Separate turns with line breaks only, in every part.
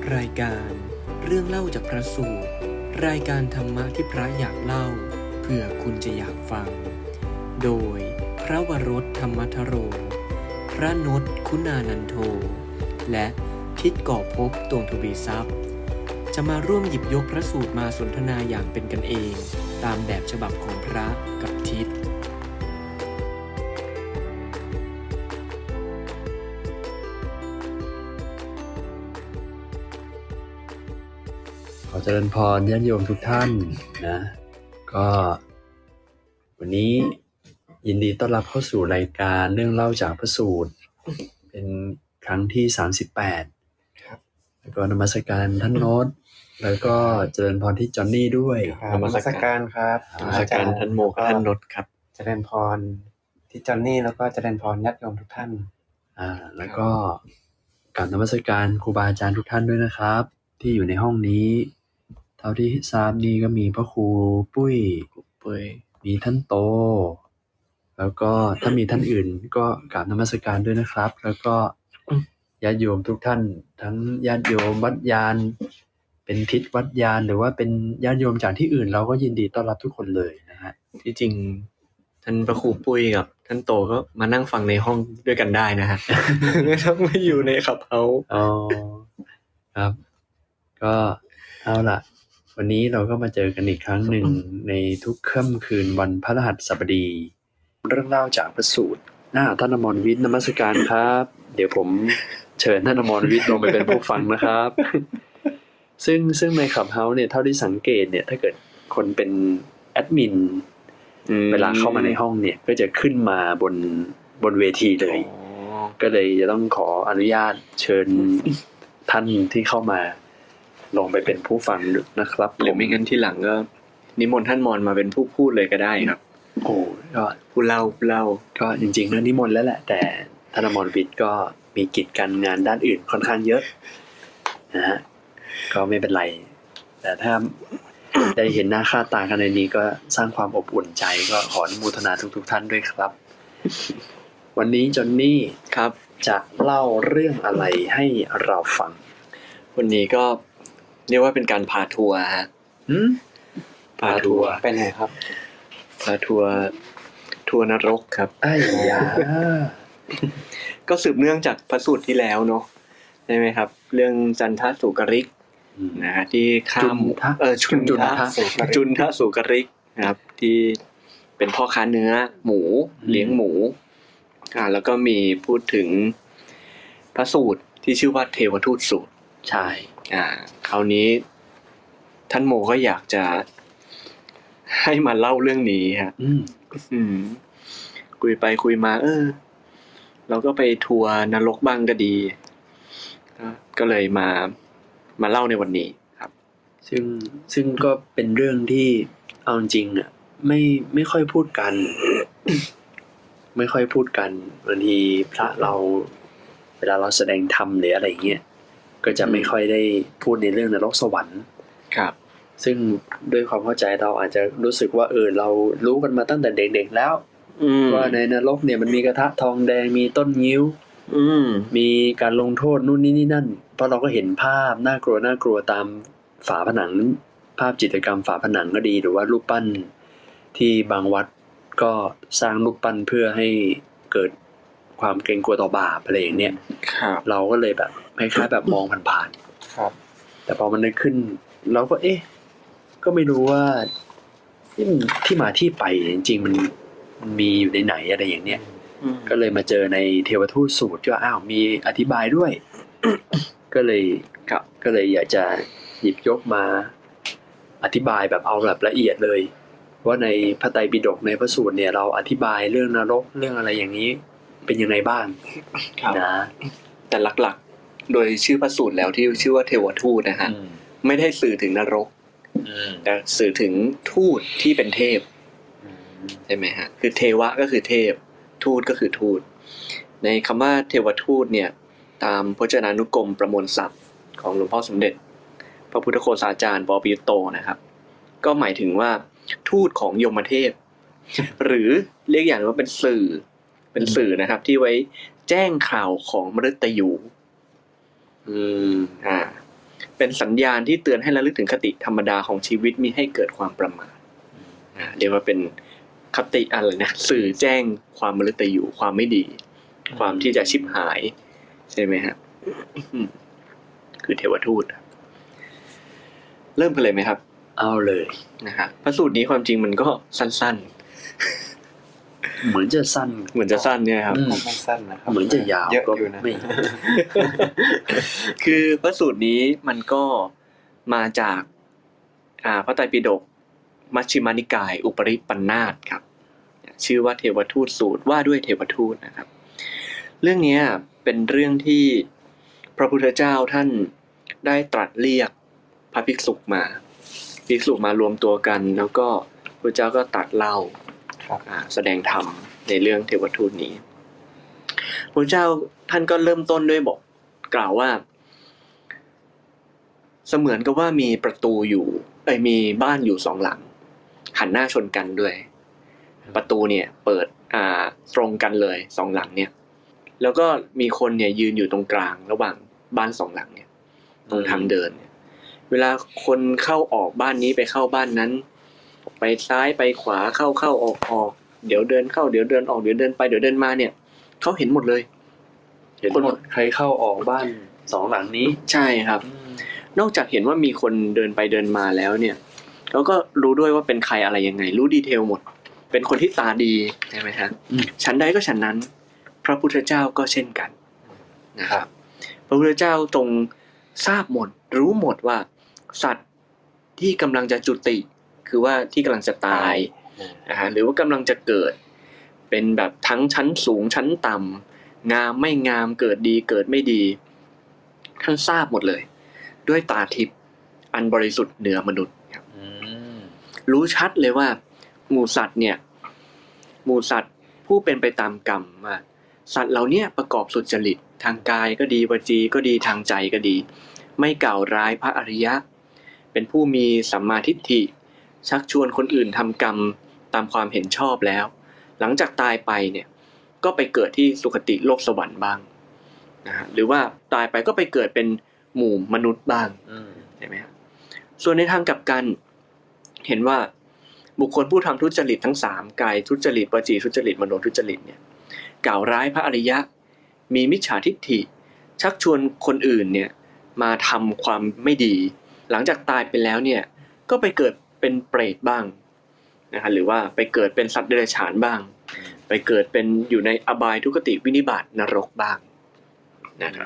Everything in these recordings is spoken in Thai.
รายการเรื่องเล่าจากพระสูตรรายการธรรมะที่พระอยากเล่าเพื่อคุณจะอยากฟังโดยพระวรถธรรมทโรพระนพคุณานันโทและทิศก่อภพตวงทวีทรัพย์จะมาร่วมหยิบยกพระสูตรมาสนทนาอย่างเป็นกันเองตามแบบฉบับของพระกับทิศ
ขอเจริญพรญาติโยมทุกท่านนะก็วันนี้ยินดีต้อนรับเข้าสู่รายการเรื่องเล่าจากพระสูตรเป็นครั้งที่38ครับแล้วก็นมัสการท่านโน้ตแล้วก็เจริญพรที่จอนนี่ด้วย
นมัสการครับ
นมัสการท่านโมกับท่านโน้ตครับ
เจริญพรที่จอนนี่แล้วก็เจริญพรญาติโยมทุกท่าน
แล้วก็กราบนมัสการครูบาอาจารย์ทุกท่านด้วยนะครับที่อยู่ในห้องนี้เท่าที่ทราบนี่ก็มีพระครูปุ้ยมีท่านโตแล้วก็ถ้ามีท่านอื่นก็กราบนมัสการด้วยนะครับแล้วก็ญาติโยมทุกท่านทั้งญาติโยมวัดยานเป็นทิศวัดยานหรือว่าเป็นญาติโยมจากที่อื่นเราก็ยินดีต้อนรับทุกคนเลยนะฮะ
ที่จริงท่านพระครูปุ้ยกับท่านโตก็มานั่งฟังในห้องด้วยกันได้นะฮะ ไม่ต้องมาอยู่ในขับเฮา
ครับก็เอาล่ะวันนี้เราก็มาเจอกันอีกครั้งหนึ่งในทุกค่ำคืนวันพฤหัสบดีเรื่องเล่าจากพระสูตรท่านอมรวิทย์นมัสการครับเดี๋ยวผมเชิญท่านอมรวิทย์ลงไปเป็นผู้ฟังนะครับ ซึ่งในคลับเฮาส์เนี่ยเท่าที่สังเกตเนี่ยถ้าเกิดคนเป็นแอดมินเวลาเข้ามาในห้องเนี่ยก็จะขึ้นมาบนเวทีเลยก็เลยจะต้องขออนุญาตเชิญท่านที่เข้ามาลงไปเป็นผู้ฟังนะครับ
หรือไม่งั้นที่หลังก็นิมนต์ท่านมรมาเป็นผู้พูดเลยก็ได้ครับ
โอ้ก็
ผู้เล่า
ก็จริงๆแล้วนิมนต์แล้วแหละแต่ท่านอมรวิทย์ก็มีกิจการงานด้านอื่นค่อนข้างเยอะนะฮะก็ไม่เป็นไรแต่ถ้าได้เห็นหน้าค่าตากันในนี้ก็สร้างความอบอุ่นใจก็ขออนุโมทนาทุกท่านด้วยครับวันนี้จอนนี่
ครับ
จะเล่าเรื่องอะไรให้เราฟัง
วันนี้ก็เรียกว่าเป็นการพาทัวร์ฮะ
พาทัวร์
ไปไหนครับ
พาทัวร์นรกครับ
ไอ้ยา
ก็สืบเนื่องจากพระสูตรที่แล้วเนาะใช่ไหมครับเรื่องจันทสุกริกนะฮะที่ข้ามจุนทสุกริกนะครับที่เป็นพ่อค้าเนื้อหมูเลี้ยงหมูแล้วก็มีพูดถึงพระสูตรที่ชื่อว่าเทวทูตสูตร
ใช่
คราวนี้ท่านโมก็อยากจะให้มาเล่าเรื่องนี้ฮะคุยไปคุยมาเราก็ไปทัวร์นรกบ้างก็ดีก็เลยมาเล่าในวันนี้ครับ
ซึ่งก็เป็นเรื่องที่เอาจริงอ่ะไม่ค่อยพูดกัน ไม่ค่อยพูดกันบางทีพระเราเวลาเราแสดงธรรมหรืออะไรเงี้ยก็จะไม่ค่อยได้พูดในเรื่องนรกสวรรค์
ครับ
ซึ่งด้วยความเข้าใจเราอาจจะรู้สึกว่าเรารู้กันมาตั้งแต่เด็กๆแล้วว่าในนรกเนี่ยมันมีกระทะทองแดงมีต้นงิ้วมีการลงโทษนู่นนี่นั่นเพราะเราก็เห็นภาพน่ากลัวตามฝาผนังภาพจิตรกรรมฝาผนังก็ดีหรือว่ารูปปั้นที่บางวัดก็สร้างรูปปั้นเพื่อให้เกิดความเกรงกลัวต่อบาปอะไรอย่างเนี้ยเราก็เลยแบบคล้ายๆแบบมองผ่านๆแต่พอมันได้ขึ้นเราก็ก็ไม่รู้ว่าที่มาที่ไปจริงๆมันมีอยู่ในไหนอะไรอย่างเนี้ยก็เลยมาเจอในเทวทูตสูตรว่ามีอธิบายด้วย ก็เลยอยากจะหยิบยกมาอธิบายแบบเอาแบบละเอียดเลยว่าในพระไตรปิฎกในพระสูตรเนี่ยเราอธิบายเรื่องนรกเรื่องอะไรอย่างนี้เป็นยังไงบ้างนะ
แต่หลักๆโดยชื่อพระสูตรแล้วที่ชื่อว่าเทวทูตนะฮะไม่ได้สื่อถึงนรกแต่สื่อถึงทูตที่เป็นเทพใช่ไหมฮะคือเทวะก็คือเทพทูตก็คือทูตในคำว่าเทวทูตเนี่ยตามพจนานุกรมประมวลศัพท์ของหลวงพ่อสมเด็จพระพุทธโฆษาจารย์ป.ปิยโตนะครับก็หมายถึงว่าทูตของยมเทพหรือเรียกอย่างว่าเป็นสื่อนะครับที่ไว้แจ้งข่าวของมฤตยูเป็นสัญญาณที่เตือนให้ระลึกถึงคติธรรมดาของชีวิตมิให้เกิดความประมาทเรียกว่าเป็นคติอะไรนะสื่อแจ้งความมฤตยูความไม่ดีความที่จะชิบหายใช่ไหมฮะคือเทวทูตเริ่มกันเลยไหมครับ
เอาเลย
นะฮะพระสูตรนี้ความจริงมันก็สั้น
ๆเหมือนจะสั้น
เนี่ยครับ
ไม่สั้นนะครับ
เหมือนจะยาว
เยอะอยู่นะ
คือพระสูตรนี้มันก็มาจากพระไตรปิฎกมัชฌิมานิกายอุปริปันธาสครับชื่อว่าเทวทูตสูตรว่าด้วยเทวทูตนะครับเรื่องนี้เป็นเรื่องที่พระพุทธเจ้าท่านได้ตรัสเรียกพระภิกษุมารวมตัวกันแล้วก็พระเจ้าก็ตรัสเล่าแสดงธรรมในเรื่องเทวทูตนี้พระเจ้าท่านก็เริ่มต้นด้วยบอกกล่าวว่าเสมือนกับว่ามีประตูอยู่มีบ้านอยู่2หลังหันหน้าชนกันด้วยประตูเนี่ยเปิดตรงกันเลย2หลังเนี่ยแล้วก็มีคนเนี่ยยืนอยู่ตรงกลางระหว่างบ้าน2หลังเนี่ยตรงทางเดินเนี่ยเวลาคนเข้าออกบ้านนี้ไปเข้าบ้านนั้นไปซ้ายไปขวาเข้าออกเดี๋ยวเดินเข้าเดี๋ยวเดินออกเดี๋ยวเดินไปเดี๋ยวเดินมาเนี่ยเขาเห็นหมดเลย
เห็นหมดใครเข้าออกบ้าน2หลังนี้
ใช่ครับนอกจากเห็นว่ามีคนเดินไปเดินมาแล้วเนี่ยเขาก็รู้ด้วยว่าเป็นใครอะไรยังไงรู้ดีเทลหมดเป็นคนที่ตาดีใช่ไหมฮะชั้นใดก็ชั้นนั้นพระพุทธเจ้าก็เช่นกันนะครับพระพุทธเจ้าทรงทราบหมดรู้หมดว่าสัตว์ที่กำลังจะจุติคือว่าที่กำลังจะตายหรือว่ากำลังจะเกิดเป็นแบบทั้งชั้นสูงชั้นต่ำงามไม่งามเกิดดีเกิดไม่ดีท่านทราบหมดเลยด้วยตาทิพย์อันบริสุทธิ์เหนือมนุษย์ครับรู้ชัดเลยว่าหมู่สัตว์ผู้เป็นไปตามกรรมว่าสัตว์เหล่านี้ประกอบสุจริตทางกายก็ดีวจีก็ดีทางใจก็ดีไม่กล่าวร้ายพระอริยะเป็นผู้มีสัมมาทิฏฐิชักชวนคนอื่นทำกรรมตามความเห็นชอบแล้วหลังจากตายไปเนี่ยก็ไปเกิดที่สุคติโลกสวรรค์บ้างนะฮะหรือว่าตายไปก็ไปเกิดเป็นหมู่มนุษย์บ้างใช่ไหมครับส่วนในทางกลับกันเห็นว่าบุคคลผู้ทำทุจริตทั้ง3กายทุจริตวจีทุจริตมโนทุจริตเนี่ยกล่าวร้ายพระอริยะมีมิจฉาทิฏฐิชักชวนคนอื่นเนี่ยมาทำความไม่ดีหลังจากตายไปแล้วเนี่ยก็ไปเกิดเป็นเปรตบ้างนะฮะหรือว่าไปเกิดเป็นสัตว์เดรัจฉานบ้างไปเกิดเป็นอยู่ในอบายทุกติวินิบาตนรกบ้างนะครับ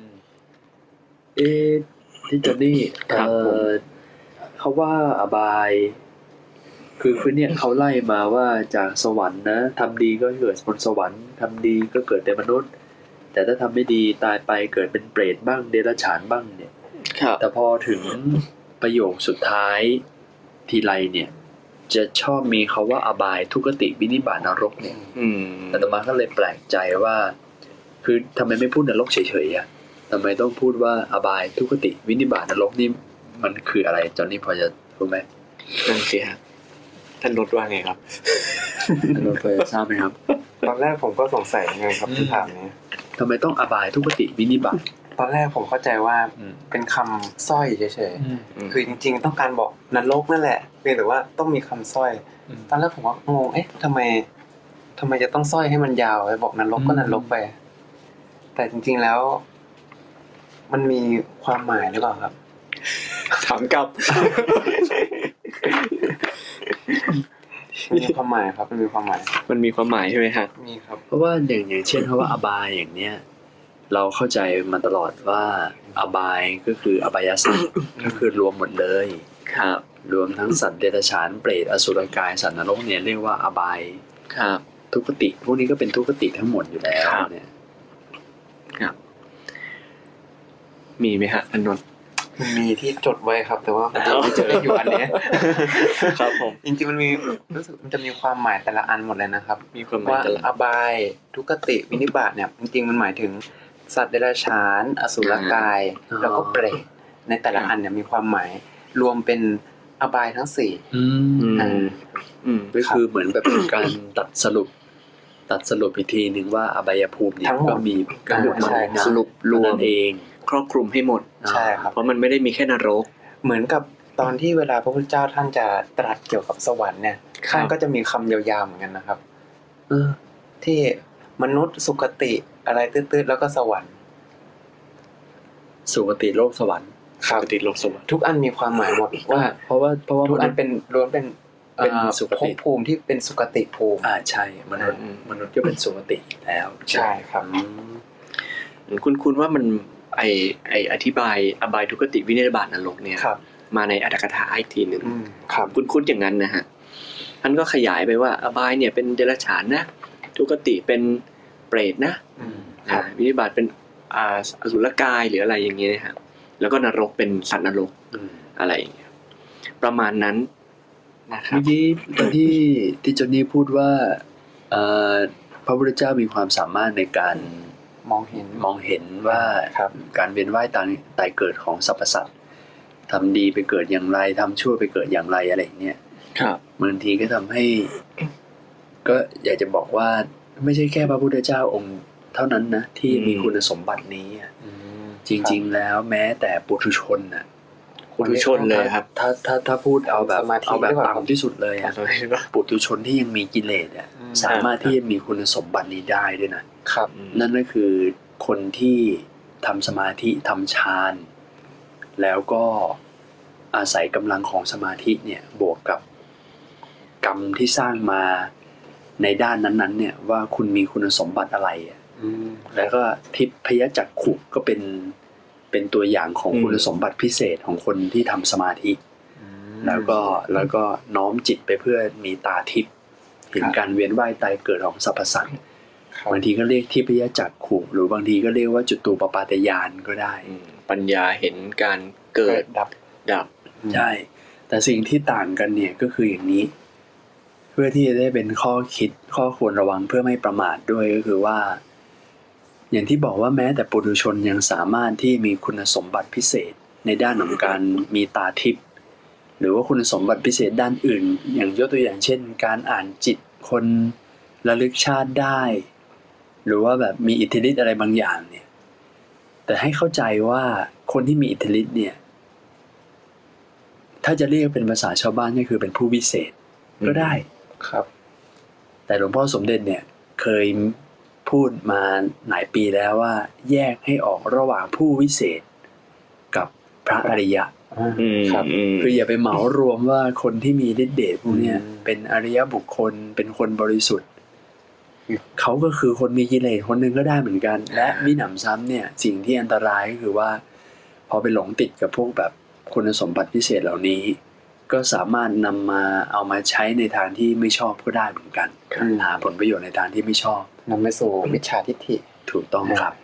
ที่จอนนี่เขาว่าอบายคือเนี่ยเขาไล่มาว่าจากสวรรค์นะทำดีก็เกิดบนสวรรค์ทำดีก็เกิดในมนุษย์แต่ถ้าทำไม่ดีตายไปเกิดเป็นเปรตบ้างเดรัจฉานบ้างเนี่ยแต่พอถึงประโยคสุดท้ายทีไรเนี่ยจะชอบมีคาว่าอบายทุกติวินิบาตนรกเนี่ยแต่ต่อมาก็เลยแปลกใจว่าคือทำไมไม่พูดนรกเฉยๆอ่ะทำไมต้องพูดว่าอบายทุกติวินิบาตนรกนี่มันคืออะไรจอนนี่พอจะรู้ไหม
นั่นสิฮะท่านรถว่าไงครับ
ท่านรถเคยทราบไหมครับ
ตอนแรกผมก็สงสัยไงครับที่ถามนี้
ทำไมต้องอบายทุกติวินิบาต
ตอนแรกผมเข้าใจว่าเป็นคำสร้อยเฉยๆคือจริงๆต้องการบอกนรกนั่นแหละเพียงแต่ว่าต้องมีคำสร้อยตอนแรกผมก็งงทำไมจะต้องสร้อยให้มันยาวไปบอกนรกก็นรกไปแต่จริงๆแล้วมันมีความหมายหรือเปล่าครับ
ถามกลับ
มีความหมายครับมันมีความหมาย
ใช่ไหมฮะ
มีครับ
เพราะว่าอย่างเช่นคำว่าอบายอย่างเนี้ยเราเข้าใจมาตลอดว่าอบายก็คืออบายสัตว์ก็คือรวมหมดเลย
ครับ
รวมทั้งสัตว์เดรัจฉานเปรตอสุรกายสัตว์นรกเนี่ยเรียกว่าอบาย
ครับ
ทุกขติพวกนี้ก็เป็นทุกขติทั้งหมดอยู่แล้วเนี่ย
ครับมีไหมฮะอันนนท์
มีที่จดไว้ครับแต่ว่าไม่เจออยู่อันนี้
ครับผม
จริงๆมันมีรู้สึกมันจะมีความหมายแต่ละอันหมดเลยนะครับ
มีความหมาย
ว่าอบายทุกขติวินิบาตเนี่ยจริงๆมันหมายถึงสัตว์เดรัจฉานอสุรกายแล้วก็เปรตในแต่ละอันเนี่ยมีความหมายรวมเป็นอบายทั้ง4
ก็คือเหมือนแบบการตัดสรุปอีกทีนึงว่าอบายภูมิเนี่ยก็มี
สรุปรวม
เอง
คครอบคลุมให้หมด
ใช่ครับ
เพราะมันไม่ได้มีแค่นรก
เหมือนกับตอนที่เวลาพระพุทธเจ้าท่านจะตรัสเกี่ยวกับสวรรค์เนี่ยท่านก็จะมีคำยาวๆเหมือนกันนะครับที่มนุษย์สุคติอะไรตืดๆแล้วก็สวรรค์
สุคติโลกสวรรค์
สุคติโลกสวรรค์
ทุกอันมีความหมายหมดว่า
เพราะว่า
ทุกอันเป็นล้วนเป็น
สุคติ
ภูมิที่เป็นสุคติภูมิ
ใช่มนุษย์ก็เป็นสุคติแล้ว
ใช่ครับ
คุณว่ามันอธิบายอบายทุกติวินิบาตนรกเนี่ยมาในอรรถกถาอีกทีนึงคุณอย่างนั้นนะฮะท่านก็ขยายไปว่าอบายเนี่ยเป็นเดรัจฉานนะทุกติเป็นเปรตนะวินิบาตเป็นอสุรกายหรืออะไรอย่างเงี้ยนะครับแล้วก็นรกเป็นสัตว์นรกอะไรอย่างเงี้ยประมาณนั้นนะครับ
เมื่อกี้ตอนที่จอนนี่พูดว่าพระพุทธเจ้ามีความสามารถในการ
มอง
เห็นว่าการเวียนว่ายตายเกิดของสรรพสัตว์ทำดีไปเกิดอย่างไรทำชั่วไปเกิดอย่างไรอะไรอย่างเงี้ยบางทีก็ทำให้ก็อยากจะบอกว่าไม่ใช่แค่พระพุทธเจ้าองค์เท่านั้นนะที่มีคุณสมบัตินี้จริงๆแล้วแม้แต่ปุถุชนน่ะ
ปุถุชนเลยครับ
ถ้าพูดเอาแบบต่ำที่สุดเลยอ่ะปุถุชนที่ยังมีกิเลสอ่ะสามารถที่จะมีคุณสมบัตินี้ได้ด้วยนะครับนั่นก็คือคนที่ทำสมาธิทำฌานแล้วก็อาศัยกำลังของสมาธิเนี่ยบวกกับกรรมที่สร้างมาในด้านนั้นๆเนี่ยว่าคุณมีคุณสมบัติอะไรแล้วก็ทิพยจักขุก็เป็นตัวอย่างของคุณสมบัติพิเศษของคนที่ทำสมาธิแล้วก็น้อมจิตไปเพื่อมีตาทิพย์เห็นการเวียนว่ายตายเกิดของสรรพสัตว์บางทีก็เรียกทิพยจักขุหรือบางทีก็เรียกว่าจุตูปปาตญาณก็ได้
ปัญญาเห็นการเกิดดับ
ใช่แต่สิ่งที่ต่างกันเนี่ยก็คืออย่างนี้เพื่อที่จะได้เป็นข้อคิดข้อควรระวังเพื่อไม่ประมาทด้วยก็คือว่าอย่างที่บอกว่าแม้แต่ปุถุชนยังสามารถที่มีคุณสมบัติพิเศษในด้านของการมีตาทิพย์หรือว่าคุณสมบัติพิเศษด้านอื่นอย่างยกตัวอย่างเช่นการอ่านจิตคนระลึกชาติได้หรือว่าแบบมีอิทธิฤทธิ์อะไรบางอย่างเนี่ยแต่ให้เข้าใจว่าคนที่มีอิทธิฤทธิ์เนี่ยถ้าจะเรียกเป็นภาษาชาวบ้านก็คือเป็นผู้วิเศษก็ได้
ครับ
แต่หลวงพ่อสมเด็จเนี่ยเคยพูดมาหลายปีแล้วว่าแยกให้ออกระหว่างผู้วิเศษกับพระอริยะ
ครับ
คืออย่าไปเหมารวมว่าคนที่มีฤทธิ์เดชพวกนี้เป็นอริยบุคคลเป็นคนบริสุทธิ์เขาก็คือคนมีกิเลสคนหนึ่งก็ได้เหมือนกันและมิหนำซ้ำเนี่ยสิ่งที่อันตรายก็คือว่าพอไปหลงติดกับพวกแบบคุณสมบัติพิเศษเหล่านี้ก็สามารถนำมาเอามาใช้ในทางที่ไม่ชอบก็ได้เหมือนกันหาผลประโยชน์ในทางที่ไม่ชอบ
นำไปสู่มิจฉาทิฏฐิ
ถูกต้องครับ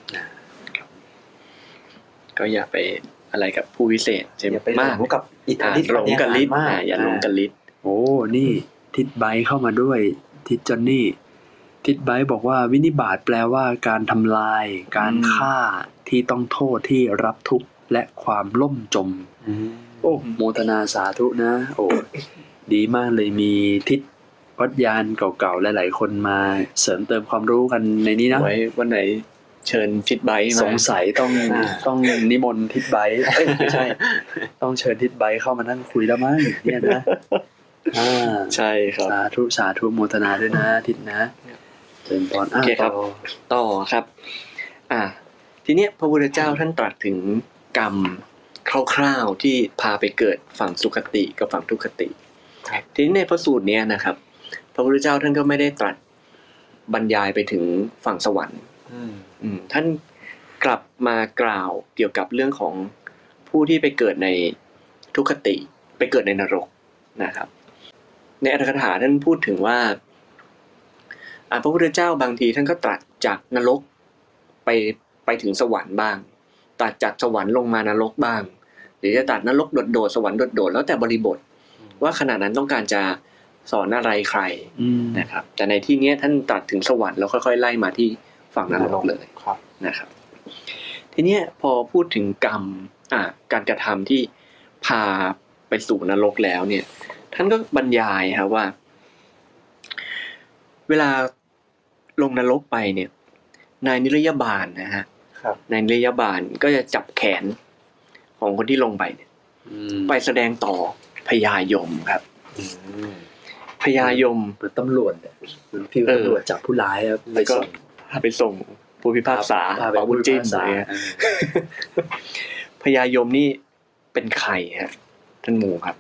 ก็อย่าไปอะไรกับผู้วิเศษใช่ไหม
มากกับอิทธิฤทธิ์
หลงกับฤทธิ์อย่าหลงกับฤทธิ์
โอ้นี่ทิศไบเข้ามาด้วยทิศจอนนี่ทิศไบบอกว่าวินิบาตแปลว่าการทำลายการฆ่าที่ต้องโทษที่รับทุกข์และความล่มจมโอ้โมทนาสาธุนะโอ้ดีมากเลยมีทิศวัดยานเก่าๆหลายๆคนมาเสริมเติมความรู้กันในนี้นะ
ไว้วันไหนเชิญทิศไบมา
สงสัยต้องนิมนต์ทิศไบไม่ใช่ต้องเชิญทิศไบเข้ามานั่งคุยแล้วมั้งเนี่ยนะ
ใช่ครับ
สาธุโมทนาด้วยนะทิศนะเป็นตอน
ต่อครับทีเนี้ยพระพุทธเจ้าท่านตรัสถึงกรรมคร่าวๆที่พาไปเกิดฝั่งสุคติกับฝั่งทุกขติทีนี้ในพระสูตรเนี้ยนะครับพระพุทธเจ้าท่านก็ไม่ได้ตรัสบรรยายไปถึงฝั่งสวรรค์ท่านกลับมากล่าวเกี่ยวกับเรื่องของผู้ที่ไปเกิดในทุกขติไปเกิดในนรกนะครับในอรรถกถาท่านพูดถึงว่าพระพุทธเจ้าบางทีท่านก็ตรัสจากนรกไปถึงสวรรค์บ้างตัดจากสวรรค์ลงมานรกบ้างหรือจะตัดนรกโดดๆสวรรค์โดดๆแล้วแต่บริบทว่าขณะนั้นต้องการจะสอนอะไรใครนะครับแต่ในที่นี้ท่านตัดถึงสวรรค์แล้วค่อยๆไล่มาที่ฝั่งนรกเลยนะครับทีนี้พอพูดถึงกรรมการกระทำที่พาไปสู่นรกแล้วเนี่ยท่านก็บรรยายครับว่าเวลาลงนรกไปเนี่ยนายนิรยาบาลนะฮะในนิรยาบาลก็จะจับแขนของคนที่ลงไปเนี่ยไปแสดงต่อพญายมครับพญายม
เหมือนตำรวจเหมือนฟิวตำรวจจับผู้ร้ายครับ
ไปส่งผู้พิพากษาเป่าบุญจิ้นเนี่ยพญายมนี่เป็นใครฮะท่านหมูครับ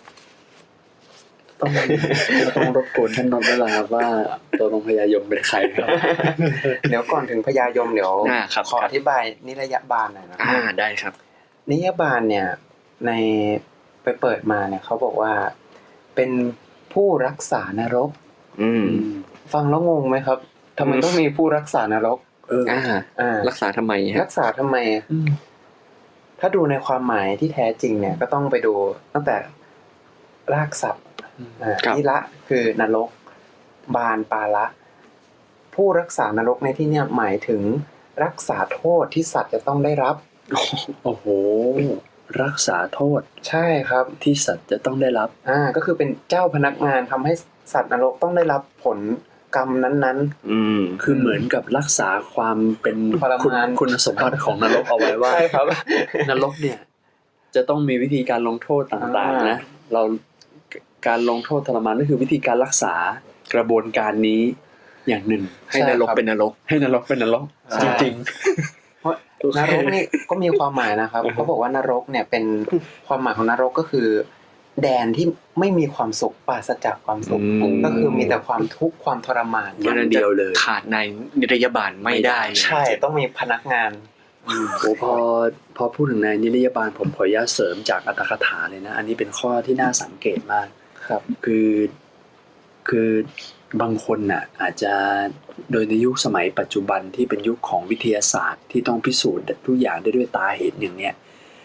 ต้องรบกวนท่านนนท์แล้วครับว่าตัวลงพญายมเป็นใครครับ
เดี๋ยวก่อนถึงพญายมเดี๋ยวขออธิบายนิรยบาลหน่อยนะ
ได้ครับ
นิรยบาลเนี่ยในไปเปิดมาเนี่ยเขาบอกว่าเป็นผู้รักษานรกฟังแล้วงงไหมครับทำไมต้องมีผู้รักษานรก
รักษาทำไม
รักษาทำไมถ้าดูในความหมายที่แท้จริงเนี่ยก็ต้องไปดูตั้งแต่รากศัพท์นิระคือนรกบาลปาละผู้รักษานรกในที่นี้หมายถึงรักษาโทษที่สัตว์จะต้องได้รับ
โอ้โหรักษาโทษ
ใช่ครับ
ที่สัตว์จะต้องได้รับ
ก็คือเป็นเจ้าพนักงานทำให้สัตว์นรกต้องได้รับผลกรรมนั้น
ๆคือเหมือนกับรักษาความเป็นคุณสมบัติของนรกเอาไว้ว่า
ใช่ครับ
นรกเนี่ยจะต้องมีวิธีการลงโทษต่างๆนะเราการลงโทษทรมานก็คือวิธีการรักษากระบวนการนี้อย่างหนึ่ง
ให้นรกเป็นนรก
ให้นรกเป็นนรกจริง
ๆเพราะนรกนี่ก็มีความหมายนะครับเขาบอกว่านรกเนี่ยเป็นความหมายของนรกก็คือแดนที่ไม่มีความสุขปราศจากความสุขก็คือมีแต่ความทุกข์ความทรมาน
อย่างเดียวเลย
ขาดในนิรยาบาลไม่ได้
ใช่ต้องมีพนักงาน
พอพูดถึงในนิรยาบาลผมขออนุญาตเสริมจากอรรถกถาเลยนะอันนี้เป็นข้อที่น่าสังเกตมาก
ครับ
คือบางคนน่ะอาจจะโดยในยุคสมัยปัจจุบันที่เป็นยุคของวิทยาศาสตร์ที่ต้องพิสูจน์ทุกอย่างได้ด้วยตาเห็นอย่างเนี้ย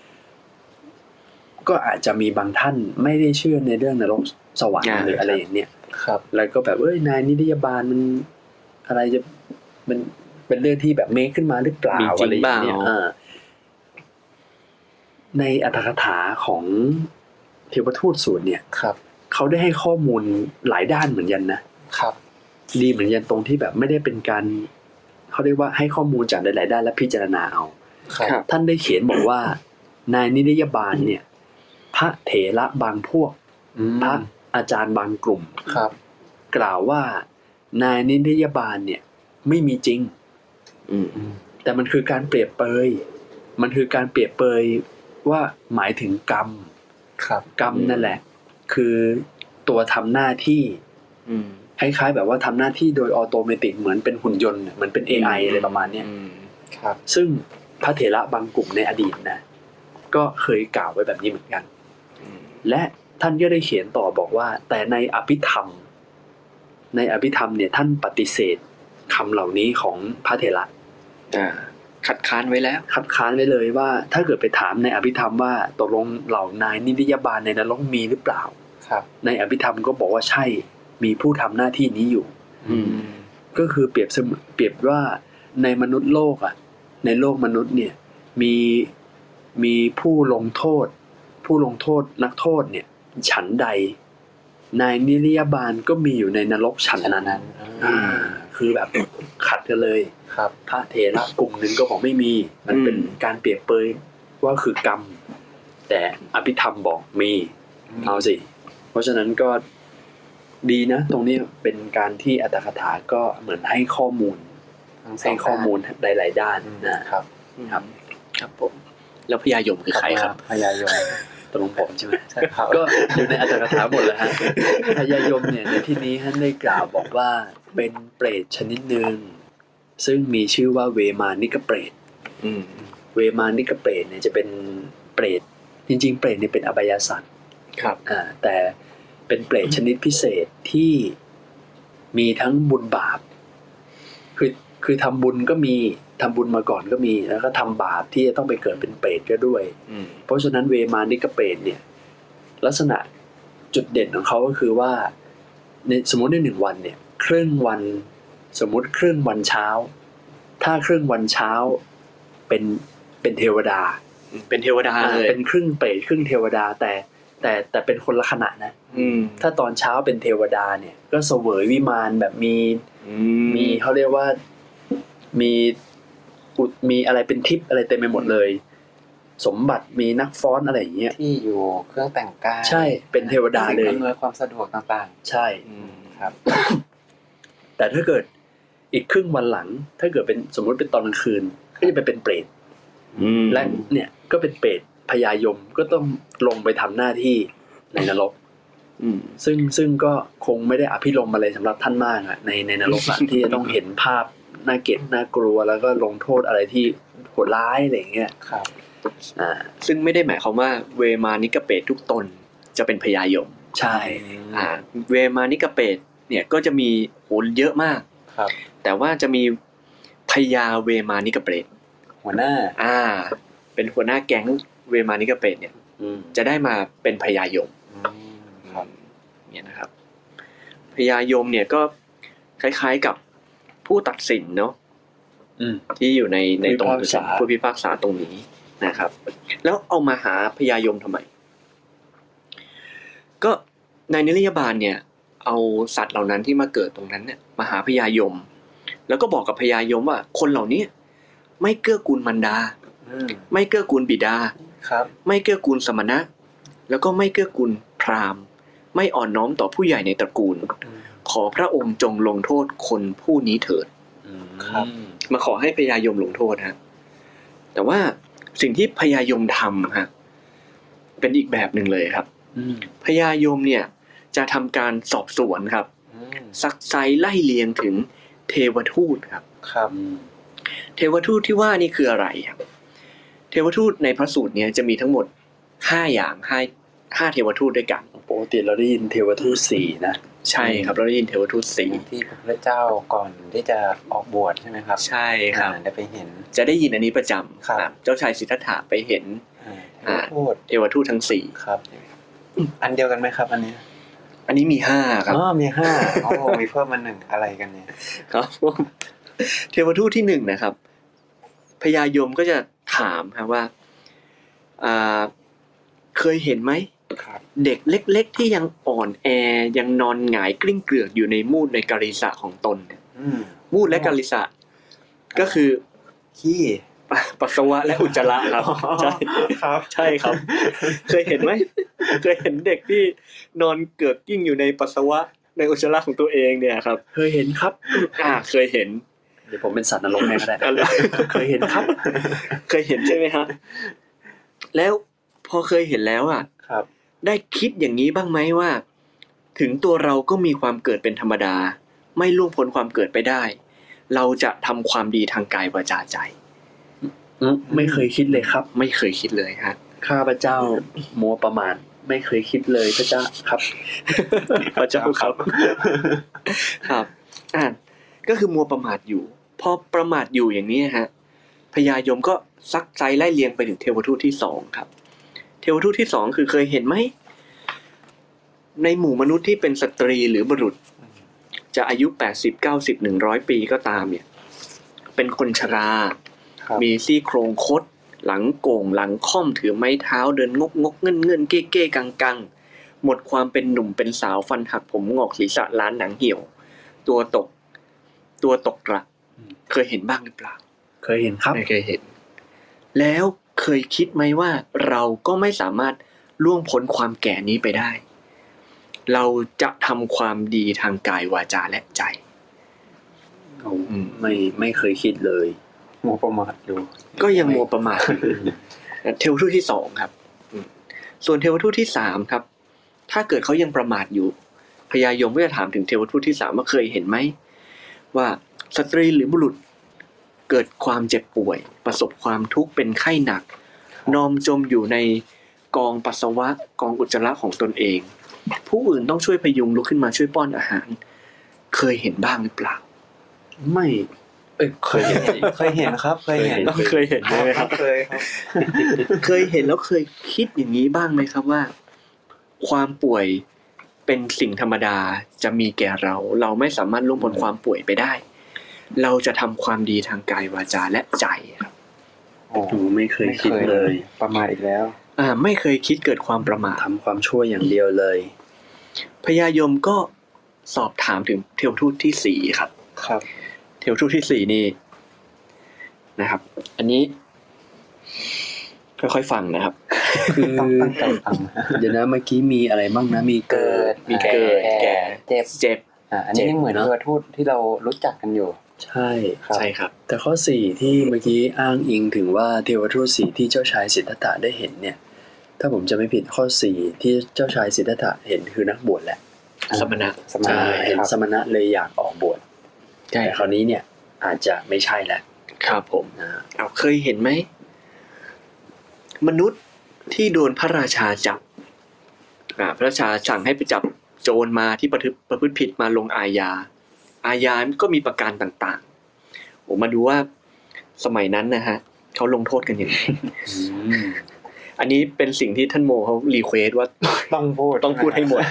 ก็อาจจะมีบางท่านไม่ได้เชื่อในเรื่องนรกสวรรค์หรืออะไรอย่างเนี้ย
ครับ
แล้วก็แบบนายนิรยาบาลมันอะไรจะมันเป็นเรื่องที่แบบเมคขึ้นมาหรือเปล่าอะไรอย่างเนี้ยในอรรถกถาของเทวทูตสูตรเนี่ยเขาได้ให้ข้อมูลหลายด้านเหมือนกันนะครับดีเหมือนกันตรงที่แบบไม่ได้เป็นการเขาเรียกว่าให้ข้อมูลจากหลายๆด้านและพิจารณาเอาท่านได้เขียนบอกว่านายนิรยาบาลเนี่ยพระเถระบางพวกพระอาจารย์บางกลุ่มกล่าวว่านายนิรยาบาลเนี่ยไม่มีจริงแต่มันคือการเปรียบเปยมันคือการเปรียบเปยว่าหมายถึงกรรมกรรมนั่นแหละคือตัวทำหน้าที่คล้ายๆแบบว่าทำหน้าที่โดยออโตเมติกเหมือนเป็นหุ่นยนต์เหมือนเป็น AI อะไรประมาณนี้ซึ่งพระเถระบางกลุ่มในอดีตนะก็เคยกล่าวไว้แบบนี้เหมือนกันและท่านก็ได้เขียนต่อบอกว่าแต่ในอภิธรรมเนี่ยท่านปฏิเสธคำเหล่านี้ของพระเถระ
คัดค้านไว้แล้ว
คัดค้านไว้เลยว่าถ้าเกิดไปถามในอภิธรรมว่าตกลงเหล่านายนิรยาบาลในนรกมีหรือเปล่าในอภิธรรมก็บอกว่าใช่มีผู้ทำหน้าที่นี้อยู่ก็คือเปรียบว่าในมนุษย์โลกในโลกมนุษย์เนี่ยมีผู้ลงโทษนักโทษเนี่ยฉันใดนายนิรยาบาลก็มีอยู่ในนรกฉันนั้นคือแบบขัดกันเลยพระเถระกลุ่มหนึ่งก็บอกไม่มีมันเป็นการเปรียบเปยว่าคือกรรมแต่อภิธรรมบอกมีเอาสิเพราะฉะนั้นก็ดีนะตรงนี้เป็นการที่อรรถกถาก็เหมือนให้ข้อมูลหลายๆด้านนะครับ
ครับผมแล้วพญายมคือใครครับ
พญายม
ตรงผมใช่ไหมใช่ครับก็อยู่ในอรรถกถาหมดแล้วฮะพญายมเนี่ยในที่นี้ท่านได้กล่าวบอกว่าเป็นเปรตชนิดหนึ่งซึ่งมีชื่อว่าเวมานิกเปรตเวมานิกเปรตเนี่ยจะเป็นเปรตจริงๆเปรตเนี่ยเป็นอบายสัตว์
ครับ
แต่เป็นเปรตชนิดพิเศษที่มีทั้งบุญบาปคือทำบุญก็มีทำบุญมาก่อนก็มีแล้วก็ทำบาปที่จะต้องไปเกิดเป็นเปรตก็ด้วยเพราะฉะนั้นเวมานิกเปรตเนี่ยลักษณะจุดเด่นของเขาก็คือว่าในสมมติใน1วันเนี่ยครึ่งวันสมมติครึ่งวันเช้าถ้าครึ่งวันเช้าเป็นเทวดาเลยเป็นครึ่งเปรตครึ่งเทวดาแต่เป็นคนละขณะนะถ้าตอนเช้าเป็นเทวดาเนี่ยก็เสวยวิมานแบบมีเขาเรียกว่ามีมีอะไรเป็นทิพย์อะไรเต็มไปหมดเลย สมบัติมีนักฟ้อนอะไรอย่างเงี้ย
ที่อยู่เครื่องแต่งกาย
ใช่เป็นเทวดาเลย
อำนวยความสะดวกต่าง
ๆใช่
ครับ
แต่ถ้าเกิดอีกครึ่งวันหลังถ้าเกิดเป็นสมมติเป็นตอนกลางคืนก็จะไปเป็นเปรตและเนี่ยก็เป็นเปรตพญายมก็ต้องลงไปทำหน้าที่ในนรกซึ่งก็คงไม่ได้อภิรมย์อะไรสำหรับท่านมากอะในนรกอะที่จะต้องเห็นภาพน่าเกลียดน่ากลัวแล้วก็ลงโทษอะไรที่โหดร้ายอะไรอย่างเงี้ย
ครับ
ซึ่งไม่ได้หมายความว่าเวมานิกเปรตทุกตนจะเป็นพญายม
ใช่
เวมานิกเปรตเนี่ยก็จะมีโหเยอะมาก
ครับ
แต่ว่าจะมีพญาเวมานิกเปรต
หัวหน้า
เป็นหัวหน้าแก๊งเวมานิกเปรตเนี่ยจะได้มาเป็นพญายมเนี่ยนะครับพญายมเนี่ยก็คล้ายๆกับผู้ตัดสินเนาะที่อยู่ในตรงผู้พิพากษาตรงนี้นะครับแล้วเอามาหาพญายมทำไมก็ในนิรยบาลเนี่ยเอาสัตว์เหล่านั้นที่มาเกิดตรงนั้นเนี่ยมาหาพญายมแล้วก็บอกกับพญายมว่าคนเหล่านี้ไม่เกื้อกูลมารดาไม่เกื้อกูลบิดาไม่เกื้อกูลสมณะแล้วก็ไม่เกื้อกูลพราหมณ์ไม่อ่อนน้อมต่อผู้ใหญ่ในตระกูลขอพระองค์จงลงโทษคนผู้นี้เถิดมาขอให้พญายมลงโทษฮะแต่ว่าสิ่งที่พญายมทำฮะเป็นอีกแบบหนึ่งเลยครับพญายมเนี่ยจะทำการสอบสวนครับซักไซไล่เลียงถึงเทวทูตครับเทวทูตที่ว่านี่คืออะไรครับเทวทูตในพระสูตรเนี่ยจะมีทั้งหมด5อย่าง5เทวทูตด้วยกัน
ปกติเราได้ยินเทวทูต4นะ
ใช่ครับเราได้ยินเทวทูต4
ที่พระเจ้าก่อนที่จะออกบวชใช่ไหมครับ
ใช่ครับ
ได้ไปเห็น
จะได้ยินอันนี้ประจำครับเจ้าชายสิทธัตถะไปเห็นเทวทูตทั้ง4
ครับอันเดียวกันไหมครับอัน
นี้มี5ครับ
มี5มีเพิ่มมา1อะไรกันเนี่ย
ครับเทวทูตที่1นะครับพญายมก็จะถามครับว่าเคยเห็นไหมเด็กเล็กๆที่ยังอ่อนแอยังนอนหงายกลิ้งเกลือกอยู่ในมูดในกาลิสะของตนมูดและกาลิสะก็คือ
ขี้
ปัสสาวะและอุจจาระครับใช่
ครับ
ใช่ครับเคยเห็นไหมเคยเห็นเด็กที่นอนเกือกกิ้งอยู่ในปัสสาวะในอุจจาระของตัวเองเนี่ยครับ
เคยเห็นครับ
เคยเห็น
เดี๋ยวผมเป็นสัตว์นรกแน่ก็ได้เคยเห็นครับ
เคยเห็นใช่ไหมฮะแล้วพอเคยเห็นแล้ว
ครับ
ได้คิดอย่างนี้บ้างไหมว่าถึงตัวเราก็มีความเกิดเป็นธรรมดาไม่ล่วงพ้นความเกิดไปได้เราจะทำความดีทางกายวาจาใจ
ไม่เคยคิดเลยครับ
ไม่เคยคิดเลยฮะ
ข้าพเจ้ามัวประมาทไม่เคยคิดเลยพระเจ้าครับ
พระเจ้าครับครับก็คือมัวประมาทอยู่พอประมาทอยู่อย่างนี้ฮะพญายมก็ซักไซไล่เลียงไปถึงเทวทูตที่2ครับเทวทูตที่2คือเคยเห็นไหมในหมู่มนุษย์ที่เป็นสตรีหรือบุรุษจะอายุ80 90 100ปีก็ตามเนี่ยเป็นคนชรามีซี่โครงคดหลังโก่งหลังค่อมถือไม้เท้าเดินงกเงื่อนเก้กังหมดความเป็นหนุ่มเป็นสาวฟันหักผมงอกศีรษะล้านหนังเหี่ยวตัวตกกระเคยเห็นบ้างหรือเปล่า
เคยเห็นครับ
ไม่เคยเห็นแล้วเคยคิดไหมว่าเราก็ไม่สามารถล่วงพ้นความแก่นี้ไปได้เราจะทำความดีทางกายวาจาและใจ
ไม่เคยคิดเลย
มัวประมาทอยู่
ก็ยังมัวประมาทเทวทูตที่2ครับส่วนเทวทูตที่3ครับถ้าเกิดเขายังประมาทอยู่พญายมก็จะถามถึงเทวทูตที่3ว่าเคยเห็นไหมว่าสตรีหรือบุรุษเกิดความเจ็บป่วยประสบความทุกข์เป็นไข้หนักนอมจมอยู่ในกองปัสสาวะกองอุจจาระของตนเองผู้อื่นต้องช่วยพยุงลุกขึ้นมาช่วยป้อนอาหารเคยเห็นบ้างหรือเปล่า
ไม่
เคยเห็นครับเคยเห็น
ใช่ไหมครับ
เคยครับ
เคยเห็นแล้วเคยคิดอย่างนี้บ้างไหมครับว่าความป่วยเป็นสิ่งธรรมดาจะมีแก่เราไม่สามารถล่วงพ้นความป่วยไปได้เราจะทำความดีทางกายวาจาและใจครับ
ไม่เคยคิดเลย
ประมาทอีกแล้ว
ไม่เคยคิดเกิดความประมาท
ทำความชั่วอย่างเดียวเลย
พญายมก็สอบถามถึงเทวทูตที่4ครับ
ครับ
เทวทูตที่4นี่นะครับ อันนี้ค่อยๆฟังนะครับ
คือ
ต้องตั้งใจฟัง
เดี๋ยวนะเมื่อกี้มีอะไรบ้างนะมีเกิด
มีเกิดแก่
เจ็บ
เจ็บ
อันนี้ยังเหมือนเทวทูตที่เรารู้จักกันอยู่
ใช่
ใช่ครับ
แต่ข้อ4ที่เมื่อกี้อ้างอิงถึงว่าเทวทูต4ที่เจ้าชายสิทธัตถะได้เห็นเนี่ยถ้าผมจะไม่ผิดข้อ4ที่เจ้าชายสิทธัตถะเห็นคือนักบวชแหละ
สมณะ
สมณะ
เห็น
ครับ
สมณะเลยอยากออกบวช
ใช่
แต่คราวนี้เนี่ยอาจจะไม่ใช่แล้ว
ครับผม
นะ
เอาเคยเห็นไหมมนุษย์ที่โดนพระราชาจับพระราชาสั่งให้ไปจับโจรมาที่ประพฤติผิดมาลงอาญาก็มีประการต่างๆผมมาดูว่าสมัยนั้นนะฮะเขาลงโทษกันอย่างไร อันนี้เป็นสิ่งที่ท่านโมเขารีเควสว่า
ต้องพูด
ให้หมด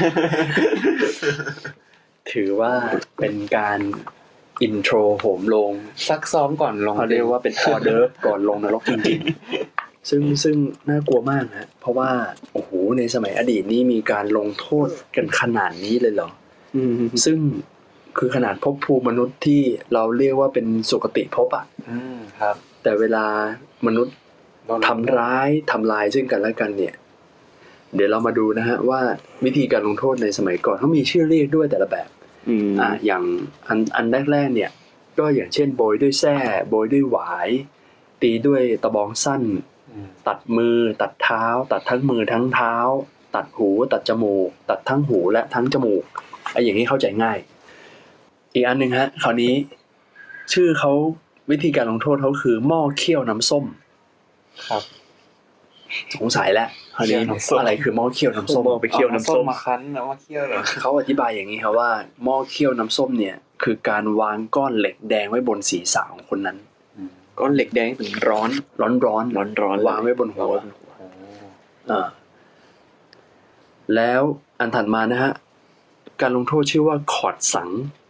ถือว่าเป็นการอินโทรโหมลง
ซักซ้อมก่อนลง
เขาเรียกว่าเป็นออเดอร์ก่อนลงนรกจริงๆ ซึ่งน่ากลัวมากฮะเพราะว่าโอ้โหในสมัยอดีตนี่มีการลงโทษกันขนาดนี้เลยเหรอซึ่งคือขนาดภพภูมิมนุษย์ที่เราเรียกว่าเป็นสุคติภพอ่ะ
ครับ
แต่เวลามนุษย์ทำร้ายทำลายซึ่งกันและกันเนี่ยเดี๋ยวเรามาดูนะฮะว่าวิธีการลงโทษในสมัยก่อนเขามีชื่อเรียกด้วยแต่ละแบบอย่างอันแรกๆเนี่ยก็อย่างเช่นโบยด้วยแส้โบยด้วยหวายตีด้วยตะบองสั้นตัดมือตัดเท้าตัดทั้งมือทั้งเท้าตัดหูตัดจมูกตัดทั้งหูและทั้งจมูกไอ้อย่างนี้เข้าใจง่ายอีกอันหนึ่งฮะคราวนี้ชื่อเขาวิธีการลงโทษเขาคือหม้อเคี่ยวน้ำส้ม
ครับ
สงสัยแล้วคราวนี้อะไรคือหม้อเคี่ยวน้ำส้ม
ไปเคี่ยวน้ำส้ม
มาคั้นแล้วมาเคี่ยวเหรอ
เขาอธิบายอย่างนี้ครับว่าหม้อเคี่ยวน้ำส้มเนี่ยคือการวางก้อนเหล็กแดงไว้บนศีรษะของคนนั้น
ก้อนเหล็กแดงถึงร้อน
วางไว้บนหัวแล้วอันถัดมานะฮะการลงโทษชื่อว่าขอดสัง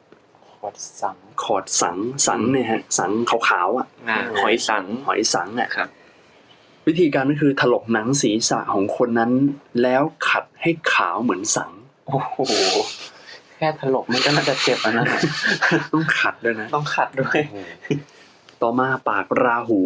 สังเนี่ยฮะสังขาวๆอ่ะ
หอยสัง
อ่ะ
ครับ
วิธีการก็คือถลกหนังศีรษะของคนนั้นแล้วขัดให้ขาวเหมือนสัง
โอ้โหแค่ถลกมันก็น่าจะเจ็บนะ
ต้องขัดด้วยนะ
ต้องขัดด้วย
ต่อมาปากราหู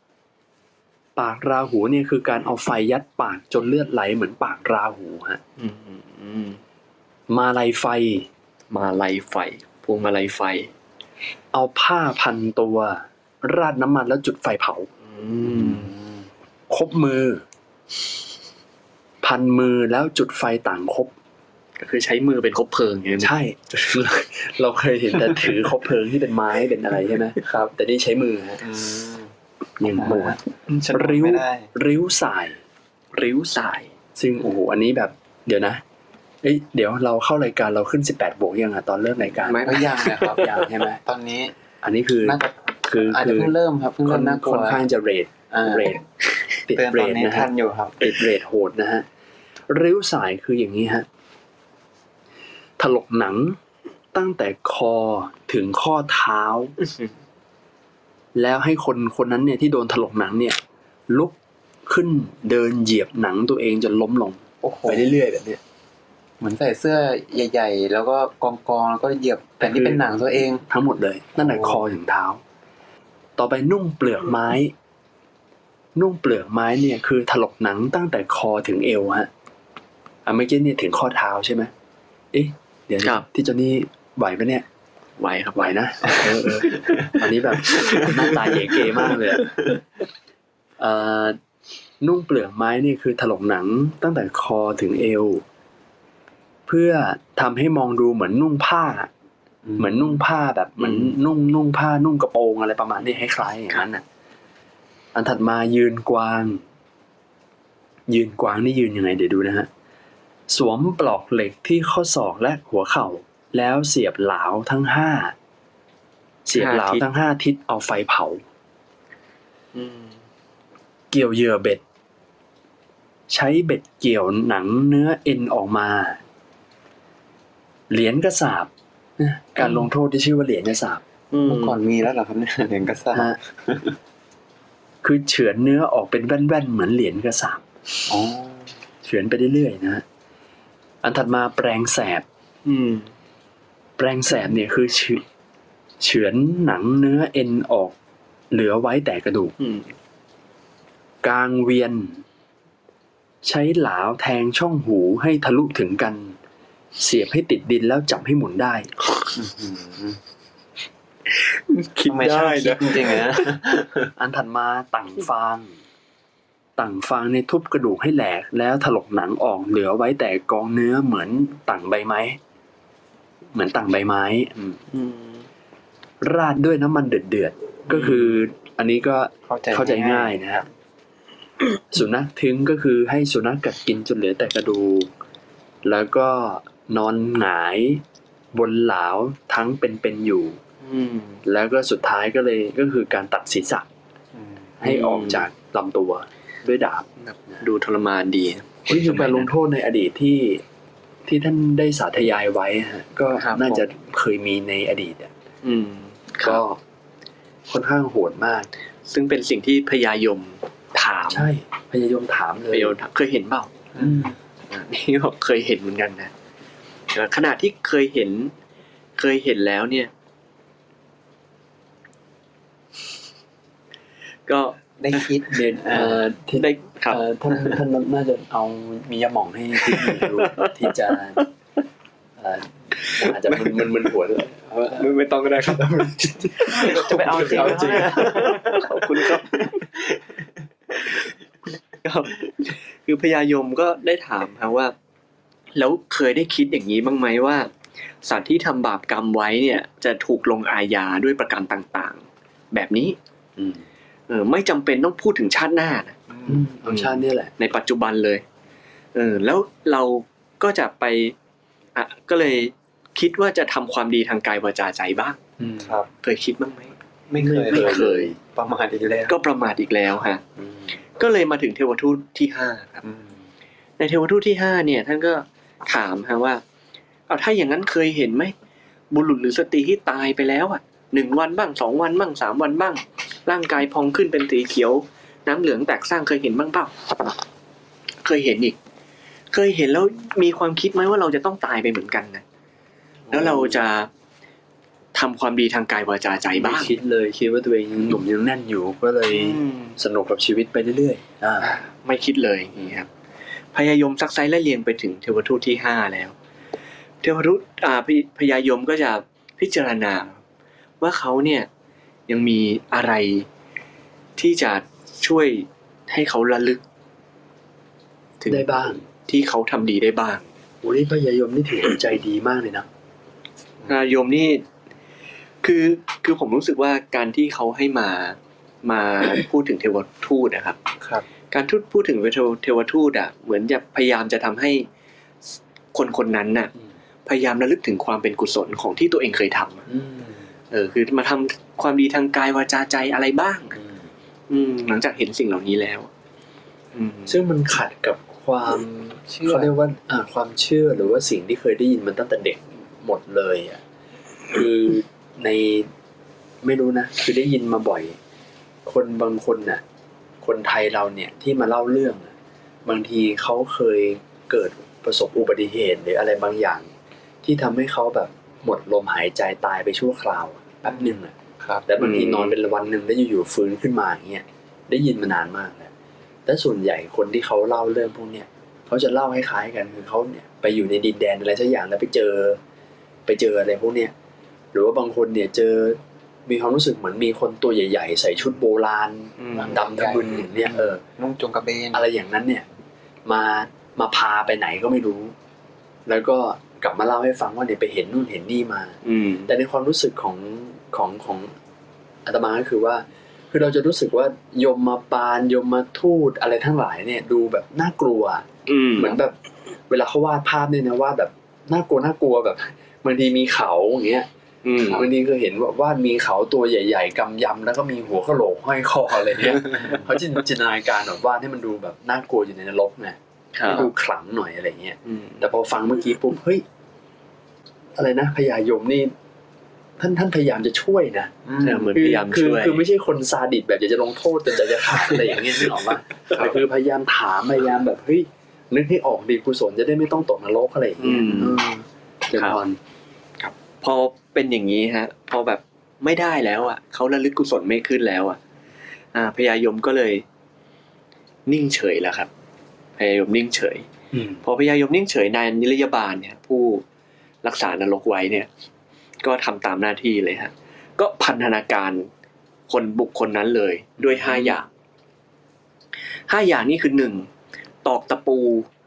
เนี่ยคือการเอาไฟยัดปากจนเลือดไหลเหมือนปากราหูฮะมาลัยไฟพวงมาลัยไฟเอาผ้าพันตัวราดน้ำมันแล้วจุดไฟเผาคบมือพันมือแล้วจุดไฟต่างคบ
ก็คือใช้มือเป็นคบเพลิงอย่างนี้
ใช่ เราเคยเห็นแต่ถือคบเพลิงที่เป็นไม้เป็นอะไรใช่ไหมครับแต่นี่ใช้มือฮะอย่างหมวดริ้วสายซึ่งโอ้โหอันนี้แบบเดี๋ยวนะเดี๋ยวเราเข้ารายการเราขึ้น18 บวกยังตอนเริ่มรายการ
ไม่ยังนะครับ
ยังใช่ไหม
ตอนนี้
อันนี้คือ
อาจจะเพิ่งเริ่มครับเพิ่งเริ่มน่ากลัว
ค่อนข้างจะเรทติดเรทนะฮะติดเรทโหดนะฮะริ้วสายคืออย่างนี้ฮะถลกหนังตั้งแต่คอถึงข้อเท้าแล้วให้คนนั้นเนี่ยที่โดนถลกหนังเนี่ยลุกขึ้นเดินเหยียบหนังตัวเองจนล้มลงไปเรื่อยๆแบบนี้
เหมือนใส่เสื้อใหญ่ๆแล้วก็กองแล้วก็เหยียบแต่นี่เป็นหนังตัวเอง
ทั้งหมดเลยตั้งแต่คอถึงเท้าต่อไปนุ่งเปลือกไม้เนี่ยคือถลกหนังตั้งแต่คอถึงเอวฮะเมื่อกี้เนี่ยถึงข้อเท้าใช่ไหมเดี๋ยวที่จอนี่ไหวปะเนี่ย
ไหวครับ
ไหวนะตอนนี้แบบหน้าตาเย่เก๋มากเลยนุ่งเปลือกไม้นี่คือถลกหนังตั้งแต่คอถึงเอวเพื่อทำให้มองดูเหมือนนุ่งผ้าแบบเหมือนนุ่งผ้านุ่งกระโปรงอะไรประมาณนี้คล้ายๆอย่างนั้นน่ะอันถัดมายืนกวางนี่ยืนยังไงเดี๋ยวดูนะฮะสวมปลอกเหล็กที่ข้อศอกและหัวเข่าแล้วเสียบเหลาทั้ง5ทิศเอาไฟเผาเกี่ยวเหยื่อเบ็ดใช้เบ็ดเกี่ยวหนังเนื้อเอ็นออกมาเหรียญกระสาบการลงโทษที่ชื่อว่าเหรียญกระสาบ
เมื่อก่อนมีแล้วเหรอครับเนี่ยเหรียญกระสาบ
คือเฉือนเนื้อออกเป็นแว่นๆเหมือนเหรียญกระสาบเฉือนไปเรื่อยๆนะอันถัดมาแปรงแสบเนี่ยคือเฉือนหนังเนื้อเอ็นออกเหลือไว้แต่กระดูกกลางเวียนใช้หลาวแทงช่องหูให้ทะลุถึงกันเสียบให้ติดดินแล้วจับให้หมุนได้
คิดได้นะ
จริงๆนะ
อันถัดมาตั่งฟางในทุบกระดูกให้แหลกแล้วถลกหนังออกเหลือไว้แต่กองเนื้อเหมือนตั่งใบไม้ราดด้วยน้ำมันเดือดก็คืออันนี้ก็เข้าใจง่ายนะครับสุนัขทิ้งก็คือให้สุนัขกัดกินจนเหลือแต่กระดูกแล้วก็นอนหงายบนหลาวทั้งเป็นอยู่แล้วก็สุดท้ายก็คือการตัดศีรษะให้ออกจากลำตัวด้วยดาบ
ดูทรมานดี
นี่คือการลงโทษในอดีตที่ท่านได้สาธยายไว้ฮะก็น่าจะเคยมีในอดีตก็ค่อนข้างโหดมาก
ซึ่งเป็นสิ่งที่พญายมถาม
ใช่พญายมถามเลย
เคยเห็นเปล่านี่ก็เคยเห็นเหมือนกันนะขณะที่เคยเห็นแล้วเนี่ยก็
ได้คิด
เด่นได้ครับท่านน่าจะเอามียาหม่องให้ที่ดูที่จะอาจจะมันหัวเลย
ไม่ต้องก็ได้ครับ
จะไปเอาจริง
ขอบคุณครับคือพญายมก็ได้ถามครับว่าแล้วเคยได้คิดอย่างนี้บ้างไหมว่าสัตว์ที่ทำบาปกรรมไว้เนี่ยจะถูกลงอาญาด้วยประการต่างๆแบบนี้ไม่จำเป็นต้องพูดถึงชาติหน้านะ
เอาชาตินี้แหละ
ในปัจจุบันเลยแล้วเราก็จะไปก็เลยคิดว่าจะทำความดีทางกายวาจาใจบ้าง
ครับ
เคยคิดบ้างไหม
ไม่เคยประมาทอีกแล้ว
ก็ประมาทอีกแล้วฮะก็เลยมาถึงเทวทูตที่5ครับในเทวทูตที่5เนี่ยท่านก็ถามฮะว่าเอาถ้าอย่างนั้นเคยเห็นไหมบุรุษหรือสตรีที่ตายไปแล้ว1 วันบ้าง2 วันบ้าง3 วันบ้างร่างกายพองขึ้นเป็นสีเขียวน้ำเหลืองแตกสร้างเคยเห็นบ้างเปล่าเคยเห็นอีกเคยเห็นแล้วมีความคิดไหมว่าเราจะต้องตายไปเหมือนกันนะแล้วเราจะทำความดีทางกายวาจาใจบ้าง
คิดว่าตัวเองยังหนุ่มยังแน่นอยู่ก็เลยสนุกกับชีวิตไปเรื่อย
ๆไม่คิดเลยนี่ครับพญายมซักไซและเรียงไปถึงเทวทูตที่5แล้วเทวทูตพญายมก็จะพิจารณาว่าเขาเนี่ยยังมีอะไรที่จะช่วยให้เขาระลึก
ถึงได้บ้าง
ที่เขาทำดีได้บ้าง
โอ้ยพญายมนี่ถือใจดีมากเลยนะ
พญายมนี่คือผมรู้สึกว่าการที่เขาให้มาพูดถึงเทวทูตนะครับการพูดถึงเทวทูตเหมือนจะพยายามจะทำให้คนนั้นน่ะพยายามระลึกถึงความเป็นกุศลของที่ตัวเองเคยทำคือมาทำความดีทางกายวาจาใจอะไรบ้างหลังจากเห็นสิ่งเหล่านี้แล้ว
ซึ่งมันขัดกับความเขาเรียกว่าความเชื่อหรือว่าสิ่งที่เคยได้ยินมันตั้งแต่เด็กหมดเลยคือในไม่รู้นะคือได้ยินมาบ่อยคนบางคนน่ะคนไทยเราเนี่ยที่มาเล่าเรื่องบางทีเขาเคยเกิดประสบอุบัติเหตุหรืออะไรบางอย่างที่ทำให้เขาแบบหมดลมหายใจตายไปชั่วคราวแป๊บนึงแต่บางทีนอนเป็นวันนึงแล้วอยู่ๆฟื้นขึ้นมาอย่างเงี้ยได้ยินมานานมากแล้วแต่ส่วนใหญ่คนที่เขาเล่าเรื่องพวกเนี้ยเขาจะเล่าคล้ายๆกันคือเขาเนี่ยไปอยู่ในดินแดนอะไรสักอย่างแล้วไปเจออะไรพวกเนี้ยหรือว่าบางคนเนี่ยมีความรู้สึกเหมือนมีคนตัวใหญ่ๆใส่ชุดโบราณดำทะมึนอย่างเนี้ย
นุ่งจงกระเบน
อะไรอย่างนั้นเนี่ยมาพาไปไหนก็ไม่รู้แล้วก็กลับมาเล่าให้ฟังว่าเนี่ยไปเห็นนู่นเห็นนี่มาแต่ในความรู้สึกของอาตมาก็คือว่าคือเราจะรู้สึกว่ายมมาปานยมมาทูตอะไรทั้งหลายเนี่ยดูแบบน่ากลัวเหมือนแบบเวลาเขาวาดภาพเนี่ยนะวาดแบบน่ากลัวแบบบางทีมีเขาอย่างเงี้ยบางทีก็เห็นว่าวาดมีเขาตัวใหญ่ๆกำยำแล้วก็มีหัวกะโหลกห้อยคออะไรเงี้ยเขาจินตนาการแบบวาดให้มันดูแบบน่ากลัวอยู่ในนรกไงดูขลังหน่อยอะไรเงี้ยแต่พอฟังเมื่อกี้ปุ๊บเฮ้ยอะไรนะพญายมนี่ท่านพยายามจะช่วยนะ
เหมือนพยายามช่วย
คือไม่ใช่คนซาดิสแบบอยากจะลงโทษจนใจจะขาดอะไรอย่างเงี้ยนึกออกป่ะแต่คือพยายามถามพยายามแบบเฮ้ยนึกให้ออกดีกุศลจะได้ไม่ต้องตกนรกอะไรอย่างเงี้ย
ครับพอเป็นอย่างนี้ฮะพอแบบไม่ได้แล้วอ่ะเขาระลึกกุศลไม่ขึ้นแล้วอ่ะพญายมก็เลยนิ่งเฉยแล้วครับพญายมนิ่งเฉยพอพญายมนิ่งเฉยนายนิรยาบาลเนี่ยผู้รักษานรกไว้เนี่ยก็ทำตามหน้าที่เลยฮะก็พันธนาการคนบุคคลนั้นเลยด้วย5 อย่างนี่คือ1ตอกตะปู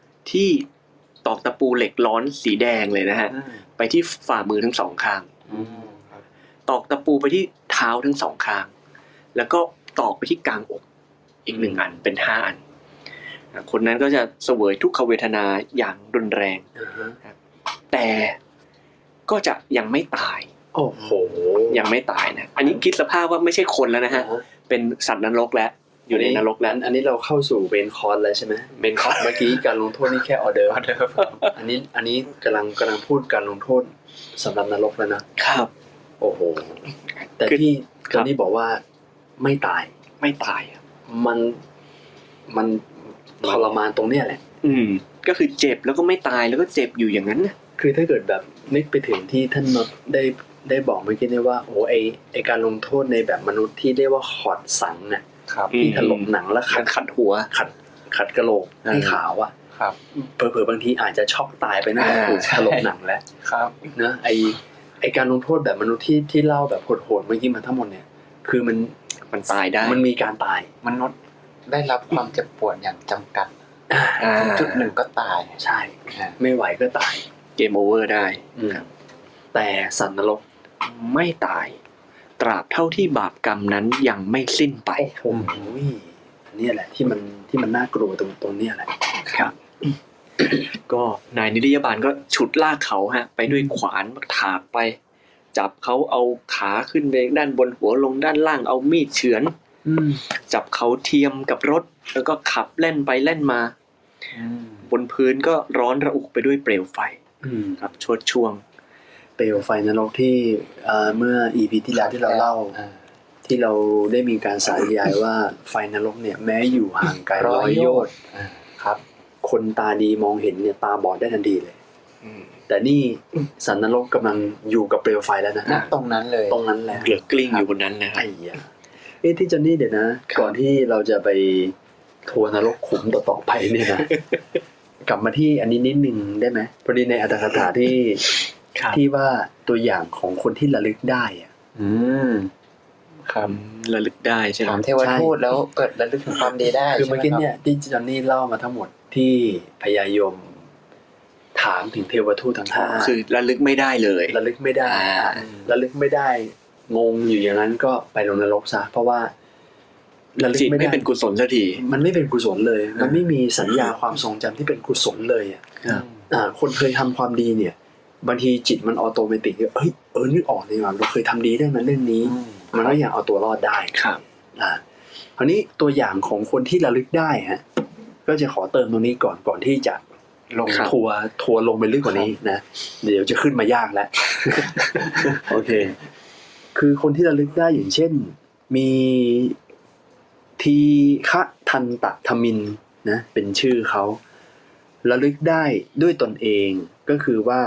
เหล็กร้อนสีแดงเลยนะฮะไปที่ฝ่ามือทั้งสองข้างตอกตะปูไปที่เท้าทั้งสองข้างแล้วก็ตอกไปที่กลางอกอีก1 อันเป็น5 อันคนนั้นก็จะเสวยทุกขเวทนาอย่างรุนแรงแต่ก็จะยังไม่ตาย
โอ้โห
ยังไม่ตายนะอันนี้คิดสภาพว่าไม่ใช่คนแล้วนะฮะเป็นสัตว์นรกแล้วอยู่ในนรกแล้ว
อันนี้เราเข้าสู่เบนคอร์สแล้วใช่ไหม
เบนคอร์ส
เมื่อกี้การลงโทษนี่แค่ออเดอร์อันนี้กำลังพูดการลงโทษสำหรับนรกแล้วนะครับโอ้โหแต่ที่ตอนนี้บอกว่าไม่ตายมันทรมานตรงเนี้ยแหละ
ก็คือเจ็บแล้วก็ไม่ตายแล้วก็เจ็บอยู่อย่างนั้นนะ
คือถ้าเกิดแบบนึกไปถึงที่ท่านน็อตได้บอกเมื่อกี้นี่ว่าโอ้ไอการลงโทษในแบบมนุษย์ที่เรียกว่าขอดสังน่ะที่ถลกหนังแล้ว
ขัดหัว
ขัดกระโหลกให้ขาวอ่ะเผลอๆบางทีอาจจะช็อกตายไปนะถูกถลกหนังแล้วนะไอการลงโทษแบบมนุษย์ที่เล่าแบบโหดๆเมื่อกี้มาทั้งหมดเนี่ยคือ
มันตายได้
มันมีการตาย
มนุษย์ได้รับความเจ็บปวดอย่างจำกัดจุดหนึ่งก็ตาย
ใช่ไม่ไหวก็ตาย
เกมโอเวอร์ได้
แต่สัตว์นรก
ไม่ตายตราบเท่าที่บาปกรรมนั้นยังไม่สิ้นไป
โอ้โหนี่แหละที่มันน่ากลัวตรงนี้แหละ
ครับ ก็นายนิรยาบาลก็ฉุดลากเขาฮะไปด้วยขวานถากไปจับเขาเอาขาขึ้นไปด้านบนหัวลงด้านล่างเอามีดเฉือนจับเขาเทียมกับรถแล้วก็ขับเล่นไปเล่นมาบนพื้นก็ร้อนระอุไปด้วยเปลวไฟครับชดช่วง
เปลวไฟนรกที่เมื่อ EP ที่แล้วที่เราเล่าที่เราได้มีการสาธยายว่าไฟนรกเนี่ยแม้อยู่ห่างไกล100 โยชน์ครับคนตาดีมองเห็นเนี่ยตาบอดได้ทันทีเลยแต่นี่สัตว์นรกกำลังอยู่กับเปลวไฟแล้วนะ
ตรงนั้นเลย
ตรงนั้นแหละ
เหลือกลิ้งอยู่บนนั้นนะ
ไอ้ยาที่จอนนี่เดี๋ยวนะก่อนที่เราจะไปทัวร์นรกขุมต่อไปเนี่ยนะกลับมาที่อันนี้นิดนึงได้ไหมพอดีในอัตถกถาที่ว่าตัวอย่างของคนที่ระลึกได้อ่ะ
ครับระลึกได้ใช่ไหม
ถามเทวทูตแล้วเกิดระลึกถึงความดีได้
คือเมื่อกี้เนี่ยที่จอนนี่เล่ามาทั้งหมดที่พญายมถามถึงเทวทูตทั้ง5
คือระลึกไม่ได้เลย
ระลึกไม่ได้ระลึกไม่ได้งงอยู่อย่างนั้นก็ไปลงนรกซะเพราะว่า
จิตไม่เป็นกุศลสักที
มันไม่เป็นกุศลเลยมันไม่มีสัญญาความทรงจำที่เป็นกุศลเลยอ่ะคนเคยทำความดีเนี่ยบางทีจิตมันออโตเมติกนึกออกเลยว่าเราเคยทำดีได้มาเรื่องนี้มันก็ยังเอาตัวรอดได้
ครับ
คราวนี้ตัวอย่างของคนที่ระลึกได้ฮะก็จะขอเติมตรงนี้ก่อนที่จะลงทัวร์ลงไปลึกกว่านี้นะเดี๋ยวจะขึ้นมายากแล้วโอเคคือคนที่ระลึกได้อย่างเช่นมีทีฆะทันตะทมินนะเป็นชื่อเขาระลึกได้ด้วยตนเองก็คือว่า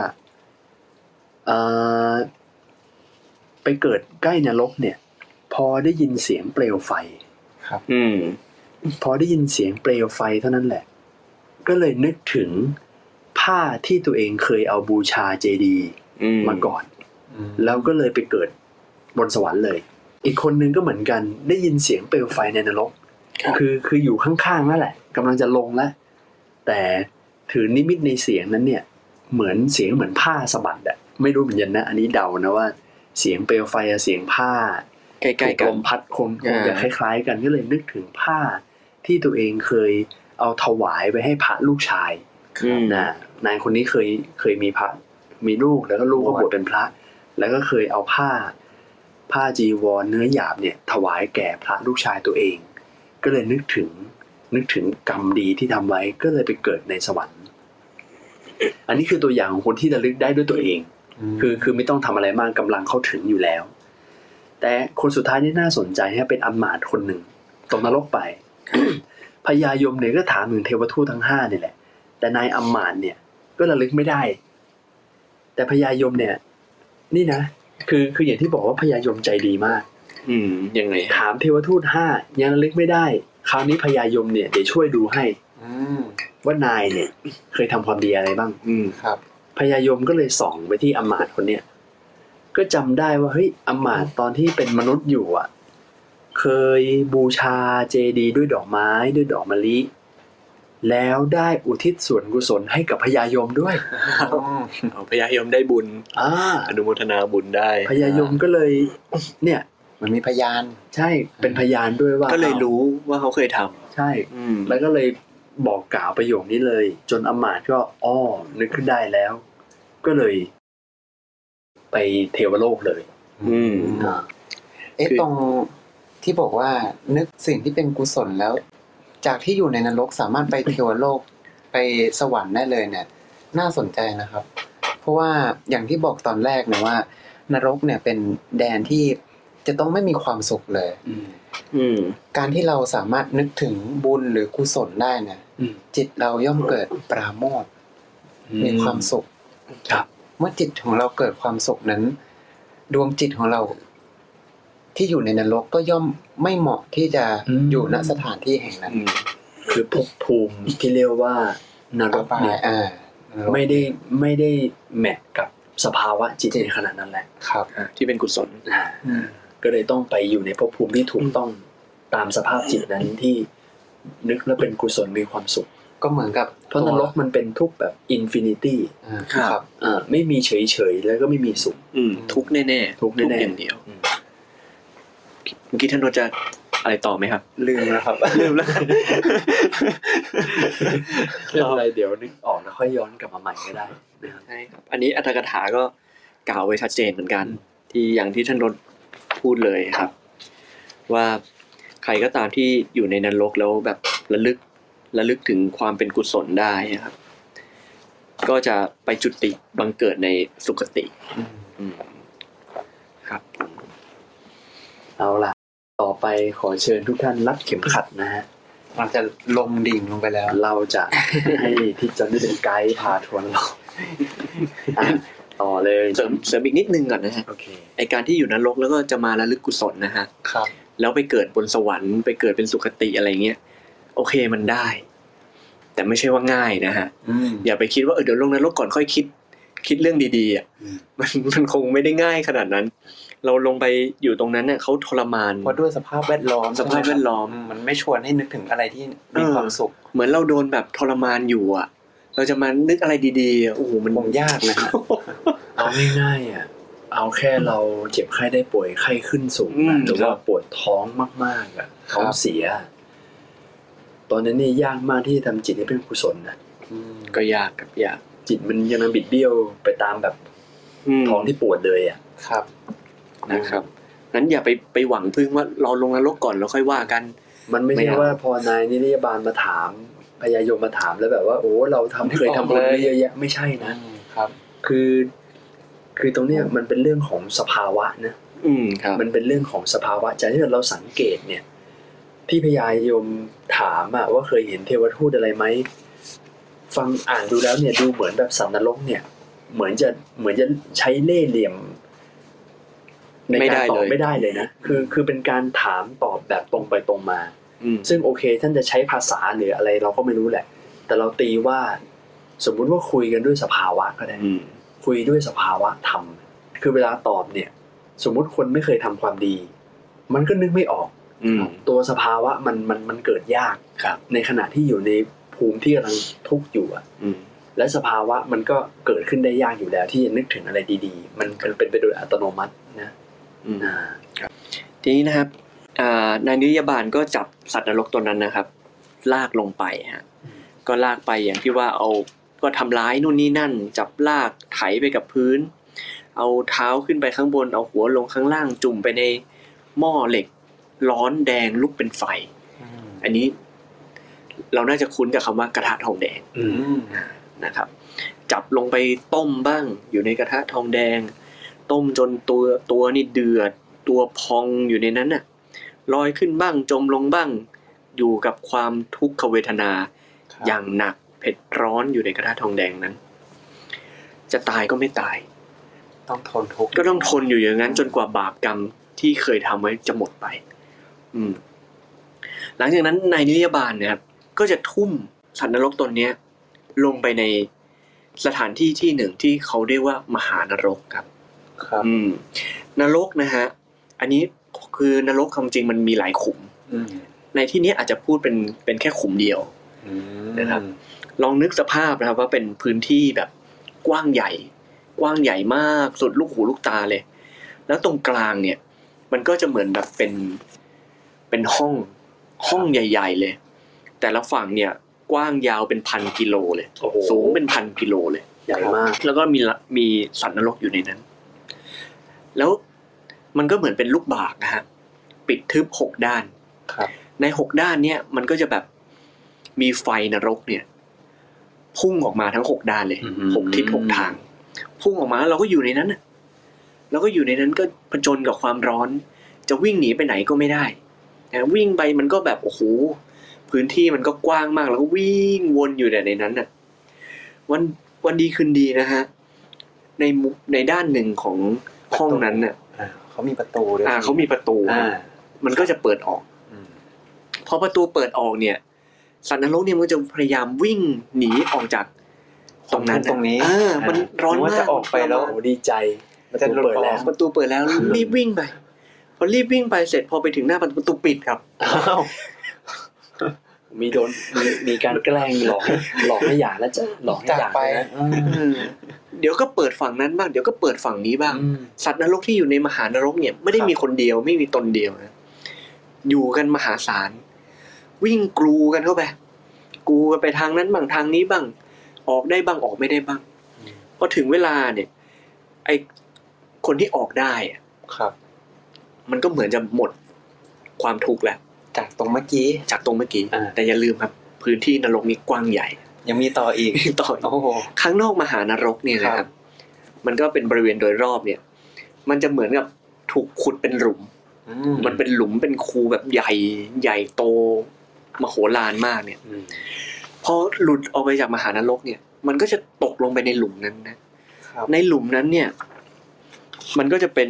ไปเกิดใกล้นรกเนี่ยพอได้ยินเสียงเปลวไฟ
ครับ
พอได้ยินเสียงเปลวไฟเท่านั้นแหละก็เลยนึกถึงผ้าที่ตัวเองเคยเอาบูชาเจดีย์มาก่อนแล้วก็เลยไปเกิดบนสวรรค์เลยอีกคนนึงก็เหมือนกันได้ยินเสียงเปลวไฟในนรกคืออยู่ข้างๆนั่นแหละกำลังจะลงแล้วแต่ถือนิมิตในเสียงนั้นเนี่ยเหมือนเสียงเหมือนผ้าสะบัดอะไม่รู้เหมือนกันนะอันนี้เดานะว่าเสียงเปลวไฟกับเสียงผ้า
ใกล้ๆกัน
ลมพัดคงจะคล้ายๆกันก็เลยนึกถึงผ้าที่ตัวเองเคยเอาถวายไปให้พระลูกชายนะนายคนนี้เคยมีพระมีลูกแล้วก็ลูกก็บวชเป็นพระแล้วก็เคยเอาผ้าจีวรเนื้อหยาบเนี่ยถวายแก่พระลูกชายตัวเองก็เลยนึกถึงกรรมดีที่ทำไว้ก็เลยไปเกิดในสวรรค์อันนี้คือตัวอย่างของคนที่ระลึกได้ด้วยตัวเองคือไม่ต้องทำอะไรมากกำลังเข้าถึงอยู่แล้วแต่คนสุดท้ายนี่น่าสนใจฮะเป็นอำมาตย์คนหนึ่งตกนรกไป พญายมเนี่ยก็ถามถึงเทวทูตทั้ง5นี่แหละแต่นายอำมาตย์เนี่ยก็ระลึกไม่ได้แต่พญายมเนี่ยนี่นะคืออย่างที่บอกว่าพญายมใจดีมาก
ยังไง
ถามเทวทูต5ยังลึกไม่ได้คราวนี้พญายมเนี่ยเดี๋ยวช่วยดูให้ว่านายเนี่ยเคยทำความดีอะไรบ้าง
ครับ
พญายมก็เลยส่องไปที่อมาตย์คนเนี้ยก็จำได้ว่าเฮ้ยอมาตย์ตอนที่เป็นมนุษย์อยู่เคยบูชาเจดีย์ด้วยดอกไม้ด้วยดอกมะลิแล้วได้อุทิศส่วนกุศลให้กับพญายมด้วย
พญายมได้บุญอนุโมทนาบุญได้
พญายมก็เลยเนี่ย
มันมีพยาน
ใช่เป็นพยานด้วยว่า
ก็เลยรู้ว่าเขาเคยทำ
ใช่แล้วก็เลยบอกกล่าวประโยคนี้เลยจนอมาตย์ก็นึกขึ้นได้แล้วก็เลยไปเทวโลกเลย
ตรงที่บอกว่านึกสิ่งที่เป็นกุศลแล้วจากที่อยู่ในนรกสามารถไปเทวโลกไปสวรรค์ได้เลยเนี่ยน่าสนใจนะครับเพราะว่าอย่างที่บอกตอนแรกนะว่านรกเนี่ยเป็นแดนที่จะต้องไม่มีความสุขเลยการที่เราสามารถนึกถึงบุญหรือกุศลได้เนี่ยจิตเราย่อมเกิดปราโมทย์มีความสุข
ครับ
เมื่อจิตของเราเกิดความสุขนั้นดวงจิตของเราที่อยู่ในนรกก็ย่อมไม่เหมาะที่จะอยู่ณสถานที่แห่งนั้น
คือภพภูมิที่เรียกว่านรกเนี่ยไม่ได้แมทกับสภาวะจิตในขณะนั้นแหละ
ครับ
ที่เป็นกุศล
ก็เลยต้องไปอยู่ในภพภูมิที่ถูกต้องตามสภาพจิตนั้นที่นึกแล้วเป็นกุศลมีความสุข
ก็เหมือนกับ
เพราะนรกมันเป็นทุกข์แบบอินฟินิตี้
ครับ
ไม่มีเฉยๆแล้วก็ไม่มีสุข
ทุกข์แน่ๆทุกข์อย่างเดียวเมื่อกี้ท่านโนจะอะไรต่อไหมครับ
ลืมแล้วครับ
ลืมแล้วอะไรเดี๋ยวนึกออกแล้วค่อยย้อนกลับมาใหม่ก็ได้
ใช่ครับอันนี้อรรถกถาก็กล่าวไว้ชัดเจนเหมือนกันที่อย่างที่ท่านโนพูดเลยครับว่าใครก็ตามที่อยู่ในนรกแล้วแบบระลึกถึงความเป็นกุศลได้ครับก็จะไปจุติบังเกิดในสุคติครับ
เอาล่ะต่อไปขอเชิญทุกท่านรัดเข็มขัดนะฮะ
มันจะลงดิ่งลงไปแล้ว
เราจะให้ที่จอนนี่เป็นไกด์พาทัวร์เราต่อเลย
เสริมอีกนิดนึงก่อนนะฮะไอการที่อยู่นรกแล้วก็จะมาระลึกกุศลนะฮะ
ครับ
แล้วไปเกิดบนสวรรค์ไปเกิดเป็นสุคติอะไรเงี้ยโอเคมันได้แต่ไม่ใช่ว่าง่ายนะฮะอย่าไปคิดว่าเดี๋ยวลงนรกก่อนค่อยคิดเรื่องดีๆอ่ะมันคงไม่ได้ง่ายขนาดนั้นเราลงไปอยู่ตรงนั้นเนี่ยเขาทรมาน
เพราะด้วยสภาพแวดล้อมมันไม่ชวนให้นึกถึงอะไรที่มีความสุข
เหมือนเราโดนแบบทรมานอยู่อ่ะเราจะมานึกอะไรดีๆโอ้โหมัน
ยากนะฮะ
เอาง่ายๆอ่ะเอาแค่เราเจ็บไข้ได้ป่วยไข้ขึ้นสูงหรือว่าปวดท้องมากๆอ่ะท้องเสียตอนนั้นนี่ยากมากที่จะทำจิตให้เป็นกุศลนะ
ก็ยากครับยาก
จิตมันยังบิดเบี้ยวไปตามแบบท้องที่ปวดเลยอ่ะ
ครับ
นะครับงั้นอย่าไปหวังพึ่งว่าเราลงนรกก่อนแล้วค่อยว่ากัน
มันไม่ใช่ว่าพอนายนิยบาลมาถามพญายมมาถามแล้วแบบว่าโอ้เราเคยทำบุญเยอะแยะไม่ใช่นะครับคือตรงเนี้ยมันเป็นเรื่องของสภาวะนะครับมันเป็นเรื่องของสภาวะจากที่เราสังเกตเนี่ยที่พญายมถามว่าเคยเห็นเทวทูตอะไรไหมฟังอ่านดูแล้วเนี่ยดูเหมือนแบบสัตว์นรกเนี่ยเหมือนจะใช้เล่ห์เหลี่ยมในการตอบไม่ได้เลยนะคือเป็นการถามตอบแบบตรงไปตรงมาซึ่งโอเคท่านจะใช้ภาษาหรืออะไรเราก็ไม่รู้แหละแต่เราตีว่าสมมุติว่าคุยกันด้วยสภาวะก็ได้คุยด้วยสภาวะธรรมคือเวลาตอบเนี่ยสมมุติคนไม่เคยทำความดีมันก็นึกไม่ออกตัวสภาวะมันเกิดยากในขณะที่อยู่ในภูมิที่กำลังทุกข์อยู่และสภาวะมันก็เกิดขึ้นได้ยากอยู่แล้วที่จะนึกถึงอะไรดีๆมันเป็นไปโดยอัตโนมัตินะครับ
ทีนี้นะครับนายนิยบาลก็จับสัตว์นรกตัวนั้นนะครับลากลงไปฮะก็ลากไปอย่างที่ว่าก็ทำร้ายนู่นนี่นั่นจับลากไถไปกับพื้นเอาเท้าขึ้นไปข้างบนเอาหัวลงข้างล่างจุ่มไปในหม้อเหล็กร้อนแดงลุกเป็นไฟอันนี้เราน่าจะคุ้นกับคำว่ากระทะทองแดงนะครับจับลงไปต้มบ้างอยู่ในกระทะทองแดงต้มจนตัวนี่เดือดตัวพองอยู่ในนั้นน่ะลอยขึ้นบ้างจมลงบ้างอยู่กับความทุกขเวทนาอย่างหนักเผ็ดร้อนอยู่ในกระทะทองแดงนั้นจะตายก็ไม่ตาย
ต้องทนทุกข์
ก็ต้องทนอยู่อย่างนั้นจนกว่าบาปกรรมที่เคยทำไว้จะหมดไปหลังจากนั้นนายนิรบาลเนี่ยครับก็จะทุ่มสัตว์นรกตนเนี้ยลงไปในสถานที่ที่หนึ่งที่เขาเรียกว่ามหานรกครับนรกนะฮะอันนี้คือนรกความจริงมันมีหลายขุมในที่นี้อาจจะพูดเป็นแค่ขุมเดียวนะครับลองนึกสภาพนะครับว่าเป็นพื้นที่แบบกว้างใหญ่มากสุดลูกหูลูกตาเลยแล้วตรงกลางเนี่ยมันก็จะเหมือนแบบเป็นห้องใหญ่ๆเลยแต่ละฝั่งเนี่ยกว้างยาวเป็น1,000 กิโลเลยสูงเป็น1,000 กิโลเลย
ใหญ่มาก
แล้วก็มีสัตว์นรกอยู่ในนั้นแล้วมันก็เหมือนเป็นลูกบากนะฮะปิดทึบ6 ด้านใน6 ด้านเนี่ยมันก็จะแบบมีไฟนรกเนี่ยพุ่งออกมาทั้ง6 ด้านเลย6 ทิศ 6 ทางพุ่งออกมาเราก็อยู่ในนั้นน่ะเราก็อยู่ในนั้นก็ผจญกับความร้อนจะวิ่งหนีไปไหนก็ไม่ได้นะวิ่งไปมันก็แบบโอ้โหพื้นที่มันก็กว้างมากแล้วก็วิ่งวนอยู่แต่ในนั้นน่ะวันดีคืนดีนะฮะในด้านหนึ่งของห้องนั้นน่ะ
เขามีประตูด้วย
เขามีประตูมันก็จะเปิดออกพอประตูเปิดออกเนี่ยสัตว์นรกเนี่ยมันจะพยายามวิ่งหนีออกจากตรงนั้น
ตรงนี้
มันร้อนมาก
จะออกไปแล้ว
ดีใจ
มันจะเปิดแล้วประตูเปิดแล้วรีบวิ่งไปพอรีบวิ่งไปเสร็จพอไปถึงหน้าประตูปิดครับ
มีการแกล้งหลอกให้หย่าแล้วจะหลอกให้หย่าไป
เดี๋ยวก็เปิดฝั่งนั้นบ้างเดี๋ยวก็เปิดฝั่งนี้บ้างสัตว์นรกที่อยู่ในมหานรกเนี่ยไม่ได้มีคนเดียวไม่มีตนเดียวนะอยู่กันมหาศาลวิ่งกรูกันเข้าไปกรูกันไปทางนั้นบ้างทางนี้บ้างออกได้บ้างออกไม่ได้บ้างพอถึงเวลาเนี่ยไอคนที่ออกได้
ครับ
มันก็เหมือนจะหมดความทุกข์แล้ว
จากตรงเมื่อกี้
แต่อย่าลืมครับพื้นที่นรกนี้กว้างใหญ่
ยังมีต่ออีก
โอ้โหข้างนอกมหานรกเนี่ยนะครับมันก็เป็นบริเวณโดยรอบเนี่ยมันจะเหมือนกับถูกขุดเป็นหลุมมันเป็นหลุมเป็นคูแบบใหญ่โตมโหฬารมากเนี่ยพอหลุดออกไปจากมหานรกเนี่ยมันก็จะตกลงไปในหลุมนั้นนะในหลุมนั้นเนี่ยมันก็จะเป็น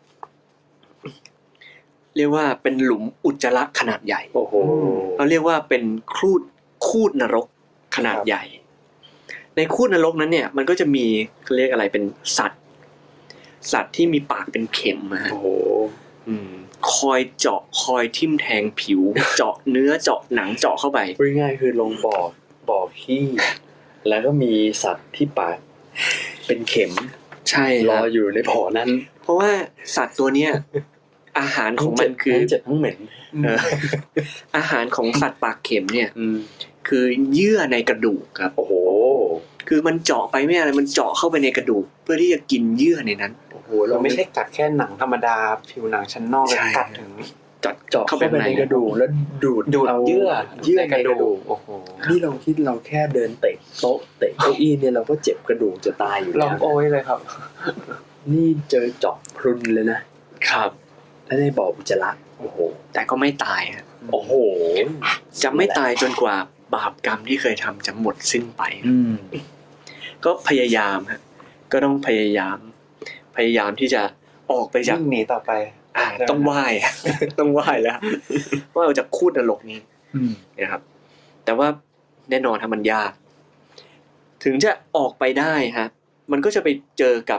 เรียกว่าเป็นหลุมอุจจาระขนาดใหญ่
โอ้โห
เราเรียกว่าเป็นคูดนรกขนาดใหญ่ในคูดนรกนั้นเนี่ยมันก็จะมีเรียกอะไรเป็นสัตว์ที่มีปากเป็นเข็มนะ
โอ้โห
คอยเจาะคอยทิ่มแทงผิว เจาะเนื้อเจาะหนังเจาะเข้าไป
พูดง่ายคือลงบ่อขี้แล้วก็มีสัตว์ที่ปากเป็นเข็ม
ใช่
รออยู่ในบ่อนั้น
เพราะว่าสัตว์ตัวเนี้ยอาหารของมันคือ
เจ็บทั้งเหม็น
อาหารของสัตว์ปากเข็มเนี่ยคือเยื่อในกระดูกครับ
โอ้โห
คือมันเจาะไปไม่อะไรมันเจาะเข้าไปในกระดูกเพื่อที่จะกินเยื่อในนั้น
โอ้โหเราไม่ใช่กัดแค่หนังธรรมดาผิวหนังชั้นนอกกัดถึง
เจาะเข้าไปในกระดูกแล้วดูดเอาเยื่อในกระดูก
โอ้โห
นี่เราคิดเราแค่เดินเตะโต๊ะเตะเก้าอี้เนี่ยเราก็เจ็บกระดูกจะตายอยู่แล้ว
ร้องโอยเลยครับ
นี่เจอเจาะพรุนเลยนะครับและในบ่ออุจจาระโอ้โห
แต่ก็ไม่ตายครับ
โอ้โห
จะไม่ตายจนกว่าบาปกรรมที่เคยทำจะหมดสิ้นไปก็พยายามฮะก็ต้องพยายามที่จะออกไปจาก
หนีต่อไป
ต้องไหว้แล้วว่าออกจากคูดนรกนี้นะครับแต่ว่าแน่นอนถ้ามันยากถึงจะออกไปได้ฮะมันก็จะไปเจอกั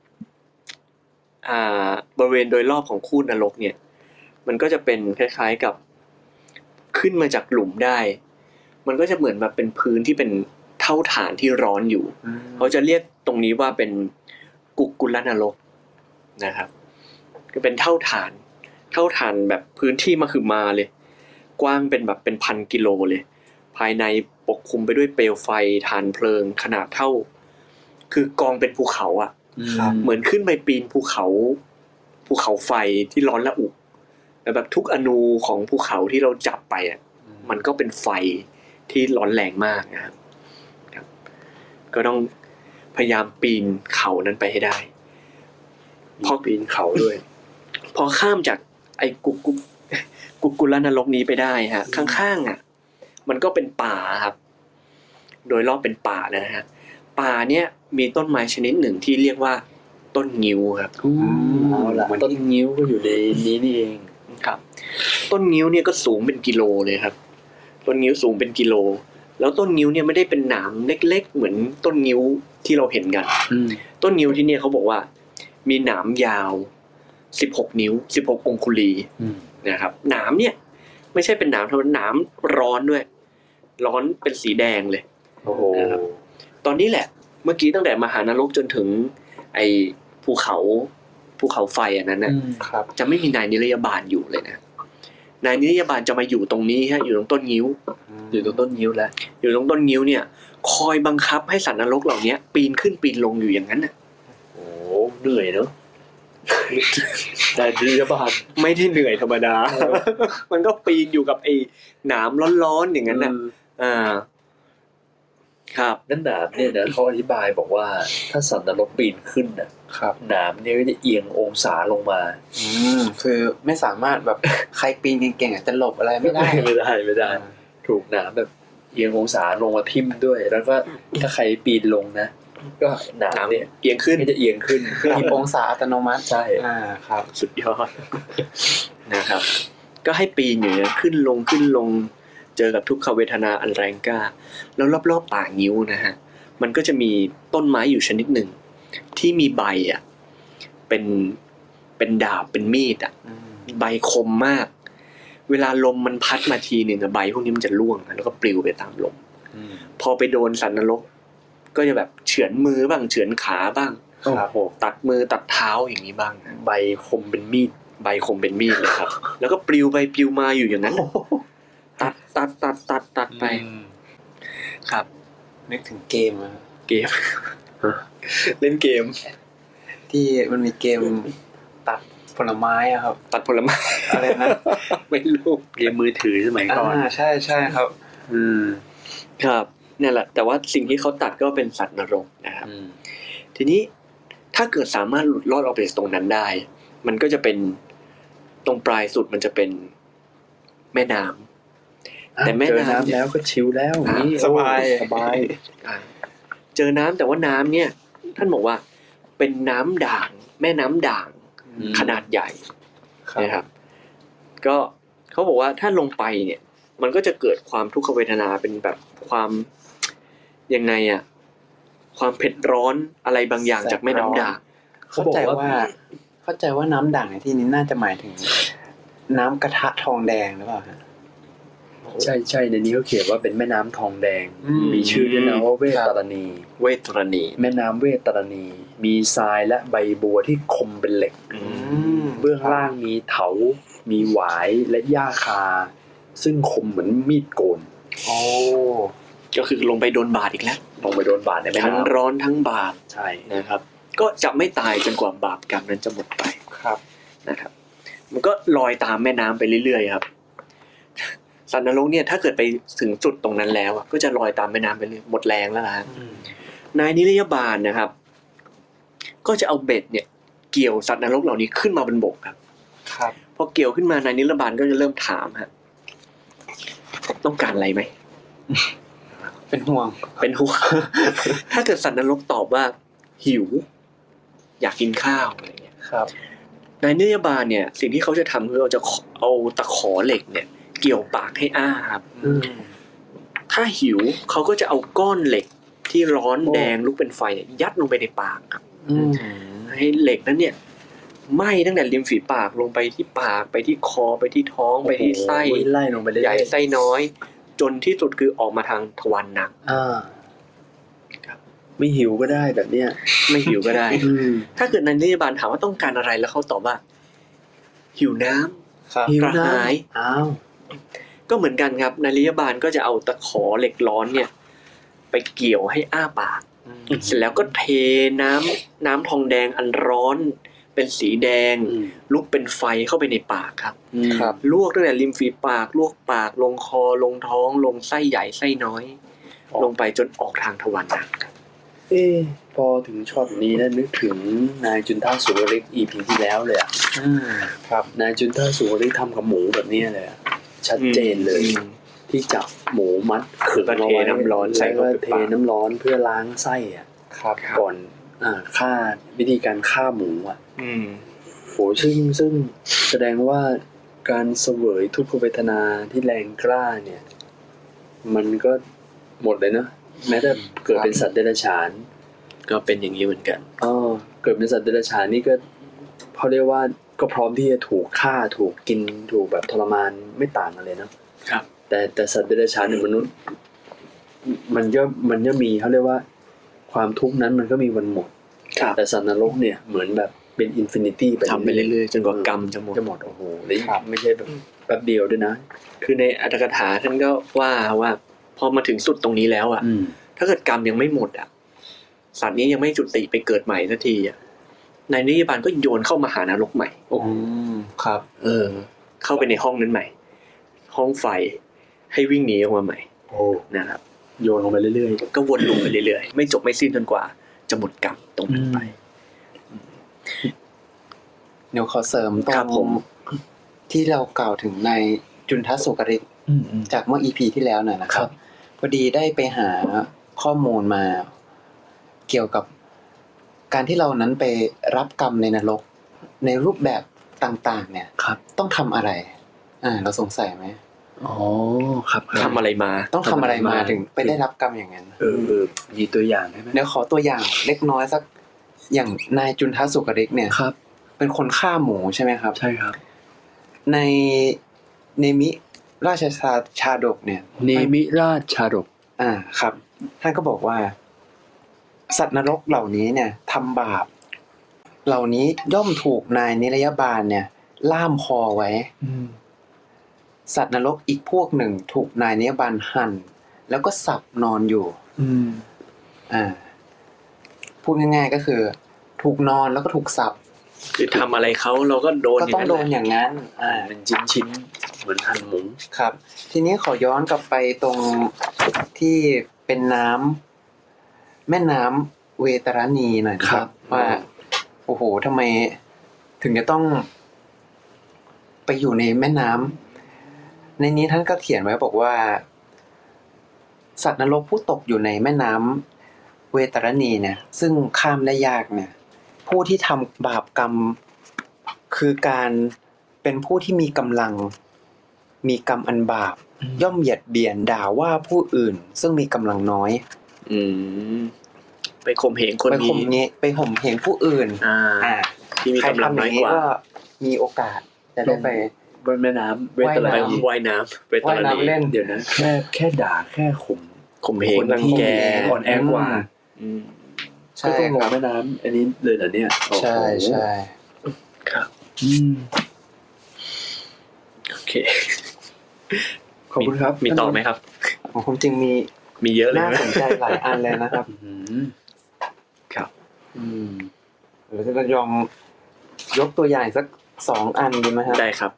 บบริเวณโดยรอบของคูดนรกเนี่ยมันก็จะเป็นคล้ายๆกับขึ้นมาจากหลุมได้มันก็จะเหมือนแบบเป็นพื้นที่เป็นเท่าฐานที่ร้อนอยู่เขาจะเรียกตรงนี้ว่าเป็นกุลนรกนะครับก็เป็นเท่าฐานแบบพื้นที่มาคือมาเลยกว้างเป็นแบบเป็น1,000 กิโลเลยภายในปกคลุมไปด้วยเปลวไฟฐานเพลิงขนาดเท่าคือกองเป็นภูเขาอ่ะเหมือนขึ้นไปปีนภูเขาไฟที่ร้อนระอุแบบทุกอนูของภูเขาที่เราจับไปอ่ะมันก็เป็นไฟที่ร้อนแรงมากนะครับก็ต้องพยายามปีนเขานั้นไปให้ได้
พอปีนเขาด้วย
พอข้ามจากไอ้กุลนรกนี้ไปได้ฮะข้างๆอ่ะมันก็เป็นป่าครับโดยรอบเป็นป่านะฮะป่าเนี้ยมีต้นไม้ชนิดหนึ่งที่เรียกว่าต้นงิ้วครับ
เอาละต้นงิ้วก็อยู่ในนี้นี่เอง
ครับต้นงิ้วเนี่ยก็สูงเป็นกิโลเลยครับต้นงิ้วสูงเป็นกิโลแล้วต้นงิ้วเนี่ยไม่ได้เป็นหนามเล็กๆเหมือนต้นงิ้วที่เราเห็นกันต้นงิ้วที่เนี่ยเขาบอกว่ามีหนามยาว16นิ้ว16องคุลีนะครับหนามเนี่ยไม่ใช่เป็นหนามธรรมดาหนามร้อนด้วยร้อนเป็นสีแดงเลย
โอ้โห
ตอนนี้แหละเมื่อกี้ตั้งแต่มหานรกจนถึงไอ้ภูเขาไฟอันนั้นนะครับจะไม่มีนายนิรยาบาลอยู่เลยนะนายนิรยาบาลจะมาอยู่ตรงนี้ฮะอยู่ตรงต้นงิ้ว
อยู่ตรงต้นงิ้วแล้ว
อยู่ตรงต้นงิ้วเนี่ยคอยบังคับให้สัตว์นรกเหล่านี้ปีนขึ้นปีนลงอยู่อย่างนั้นน่ะ
โอ้เหนื่อยเนอะนายนิรยาบาล
ไม่ได้เหนื่อยธรรมดามันก็ปีนอยู่กับไอ้หนามร้อนๆอย่างนั้นน่ะครับ
นั่นหนามเนี่ยนะเขาอธิบายบอกว่าถ้าสัตว์นรกปีนขึ้นนะครับหนามเนี่ยก็จะเอียงองศาลงมา
คือไม่สามารถแบบใครปีนเก่งๆจะหลบอะไรไม่ได้
ถูกหนามแบบเอียงองศาลงมาทิ่มด้วยแล้วก็ถ้าใครปีนลงนะก็หนามเนี่ย
เอียงขึ้น
ก็จะเอียงขึ้น
ที่องศาอัตโนมัติ
ใช่
ครับ
สุดยอดนะครับก็ให้ปีนอยู่เนี่ยขึ้นลงเจอกับทุกขเวทนาอันแรงกล้าแล้วรอบๆป่างิ้วนะฮะมันก็จะมีต้นไม้อยู่ชนิดหนึ่งที่มีใบเป็นดาบเป็นมีดใบคมมากเวลาลมมันพัดมาทีนึงใบพวกนี้มันจะร่วงแล้วก็ปลิวไปตามลมพอไปโดนสัตว์นรกก็จะแบบเฉือนมือบ้างเฉือนขาบ้างตัดมือตัดเท้าอย่างนี้บ้าง
ใบคมเป็นมีด
เลยครับแล้วก็ปลิวไปปลิวมาอยู่อย่างนั้นตัดไปครับ
นึกถึงเกม
เล่นเกม
ที่มันมีเกมตัดผลไม้อะครับ
ตัดผลไม้
อะไรนะ
ไม่รู้
เกมมือถือสมัยก่อน
ใช่ครับ
ครับนี่แหละแต่ว่าสิ่งที่เขาตัดก็เป็นสัตว์นรกนะครับทีนี้ถ้าเกิดสามารถหลุดรอดออกไปจากตรงนั้นได้มันก็จะเป็นตรงปลายสุดมันจะเป็นแม่น้ำแต่แม่น้ำ
แล้วก็ชิลแล้วนี่
สบาย
เจอน้ำแต่ว่าน้ำเนี่ยท่านบอกว่าเป็นน้ำด่างแม่น้ำด่างขนาดใหญ่นะครับก็เขาบอกว่าถ้าลงไปเนี่ยมันก็จะเกิดความทุกขเวทนาเป็นแบบความยังไงอะความเผ็ดร้อนอะไรบางอย่างจากแม่น้ำด่าง
เข้าใจว่าน้ำด่างในที่นี้น่าจะหมายถึงน้ำกระทะทองแดงหรือเปล่าฮะ
ใช่ในนี้เขาเขียนว่าเป็นแม่น้ำทองแดงมีชื่อด้วยนะว่าเวตรณีแม่น้ำเวตรณีมีทรายและใบบัวที่คมเป็นเหล็กเบื้องล่างมีเถามีหวายและหญ้าคาซึ่งคมเหมือนมีดโกน
ก็คือลงไปโดนบาดอีกแล้ว
ลงไปโดนบาดในแม่น้ำ
ทั้งร้อนทั้งบาด
ใช่
นะครับก็จะไม่ตายจนกว่าบาปกรรมนั้นจะหมดไป
ครับ
นะครับมันก็ลอยตามแม่น้ำไปเรื่อยๆครับสัตว์นรกเนี่ยถ้าเกิดไปถึงจุดตรงนั้นแล้วก็จะลอยตามแม่น้ำไปเรื่อยหมดแรงแล้วนะนายนิรยาบาลนะครับก็จะเอาเบ็ดเนี่ยเกี่ยวสัตว์นรกเหล่านี้ขึ้นมาบนบกครับพอเกี่ยวขึ้นมานายนิรยาบาลก็จะเริ่มถามฮะต้องการอะไรไหม
เป็นห่วง
ถ้าเกิดสัตว์นรกตอบว่าหิวอยากกินข้าวอะไรเงี้ย
ครับ
นายนิรยาบาลเนี่ยสิ่งที่เขาจะทำคือเราจะเอาตะขอเหล็กเนี่ยเกี่ยวปากให้อ้าครับถ้าหิวเขาก็จะเอาก้อนเหล็กที่ร้อนแดงลุกเป็นไฟเนี่ยยัดลงไปในปากครับให้เหล็กนั้นเนี่ยไหม้ตั้งแต่ริมฝีปากลงไปที่ปากไปที่คอไปที่ท้องไปที่ไส้
ไล่ลงไป
ใหญ่ไส้น้อยจนที่สุดคือออกมาทางทวารหนัก
ไม่หิวก็ได้แบบเนี้ย
ไม่หิวก็ได้ถ้าเกิดนายนิรยาบาลถามว่าต้องการอะไรแล้วเขาตอบว่าหิวน้ำ
หิวน้
ำก็เหมือนกันครับนายนิรยาบาลก็จะเอาตะขอเหล็กร้อนเนี่ยไปเกี่ยวให้อ้าปากเสร็จแล้วก็เทน้ำทองแดงอันร้อนเป็นสีแดงลุกเป็นไฟเข้าไปในปากครับลวกตั้งแต่ริมฝีปากลวกปากลงคอลงท้องลงไส้ใหญ่ไส้น้อยลงไปจนออกทางทวารหนัก
พอถึงช็อตนี้นะนึกถึงนายจุนท่าสุวริก EP ที่แล้วเลยอ่ะ
ครับ
นายจุนท่าสุวริกทำกับหมูแบบนี้เลยชัดเจนเลยที่จับหมูมัดขึงเอาไว้
น้ำร้อน
ใส่ก็เทน้ำร้อนเพื่อล้างไส้อ่ะก่ฆ่าวิธีการฆ่าหมูโหซึ่งแสดงว่าการเสวยทุกขเวทนาที่แรงกล้าเนี่ยมันก็หมดเลยเนาะแม้แต่เกิดเป็นสัตว์เดรัจฉาน
ก็เป็นอย่างนี้เหมือนกัน
เกิดเป็นสัตว์เดรัจฉานนี่ก็เขาเรียกว่าก็พร้อมที่จะถูกฆ่าถูกกินถูกแบบทรมานไม่ต่างกันเลยเนาะ
ครับ
แต่สัตว์เดรัจฉานในมนุษย์มันก็มีเขาเรียกว่าความทุกข์นั้นมันก็มีวันหมดแต่สัตว์นรกเนี่ยเหมือนแบบเป็นอินฟินิตี้ไป
ทำไปเรื่อยๆจนกว่ากรรมจะหมด
โอ้โหแล้วไม่ใช่แบบแป๊บเดียวด้วยนะ
คือในอรรถกถาท่านก็ว่าพอมาถึงสุดตรงนี้แล้วอ่ะถ้าเกิดกรรมยังไม่หมดอ่ะสัตว์นี้ยังไม่จุติไปเกิดใหม่สักทีอ่ะในนิยบาลก็โยนเข้ามาหานรกใหม่
ครับ
เข้าไปในห้องนั้นใหม่ห้องไฟให้วิ่งหนีออกมาใหม่นะครับ
โยนลงไปเรื่อย
ๆก็วนลงไปเรื่อยๆไม่จบไม่สิ้นจนกว่าจะหมดกรรมตรงนั้นไป
เดี๋ยวขอเสริมตรงที่เรากล่าวถึงในจุนทสุกฤตจากเมื่อ EP ที่แล้วน่ะนะครับพอดีได้ไปหาข้อมูลมาเกี่ยวกับการที่เรานั้นไปรับกรรมในนรกในรูปแบบต่างๆเนี่ยต้องทำอะไรเราสงสัยไหม
ครับ
ทำอะไรมา
ต้องทำอะไรมาถึงไปได้รับกรรมอย่างนั้น
มีตัวอย่างได้ไหม
เดี๋ยวขอตัวอย่างเล็กน้อยสักอย่างนายจุนทสุกฤตเนี่ยเป็นคนฆ่าหมูใช่ไหมครับ
ใช่ครับ
ในเนมิราชชาดกเนี่ย
เนมิราชชาดก
ครับท่านก็บอกว่าสัตว์นรกเหล่านี้เนี่ยทำบาปเหล่านี้ย่อมถูกนายนิรยบาลเนี่ยล่ามคอไว้สัตว์นรกอีกพวกหนึ่งถูกนายนิรยบาลหั่นแล้วก็สับนอนอยู่พูดง่ายๆก็คือถูกนอนแล้วก็ถูกสับ
คือทำอะไรเขาเราก็โดน
ก็ต้องโดนอย่างนั้น
เป็นชิ้นเหมือนหั่นหมู
ครับทีนี้ขอย้อนกลับไปตรงที่เป็นแม่น้ำเวตรณีหน่อยครับว่าโอ้โหทำไมถึงจะต้องไปอยู่ในแม่น้ำในนี้ท่านก็เขียนไว้บอกว่าสัตว์นรกผู้ตกอยู่ในแม่น้ำเวตรณีเนี่ยซึ่งข้ามได้ยากเนี่ยผู้ที่ทำบาปกรรมคือการเป็นผู้ที่มีกำลังมีกรรมอันบาปย่อมเหยียดเบียนด่าว่าผู้อื่นซึ่งมีกำลังน้อย
ไปข่มเหงคน
นี้ไปข่มเหงผู้อื่น
ที่มีกำลังน้อยกว่า
ก็มีโอกาสจะได้ไป
บนแม่น้ำเวตรณี
ว่ายน้ำเวตรณี
เล่น
เดี๋ยวนะแค่ด่าแค่
ข่มเหงรังแก
อ่อนแอกว่า
ใช่
ต้องลงแม่น้ำอันนี้เลยเหรอเนี่ย
ใช่ใช่
ครับโอเค
ขอบคุณครับ
มีต่อไหมครับ
ผมจริง
มีเยอะเลย
น่าสนใจหลายอันเลยนะครับ
ครับ
เราจะลองยกตัวอย่างสัก2 อันดีไหมครับ
ได้ครับ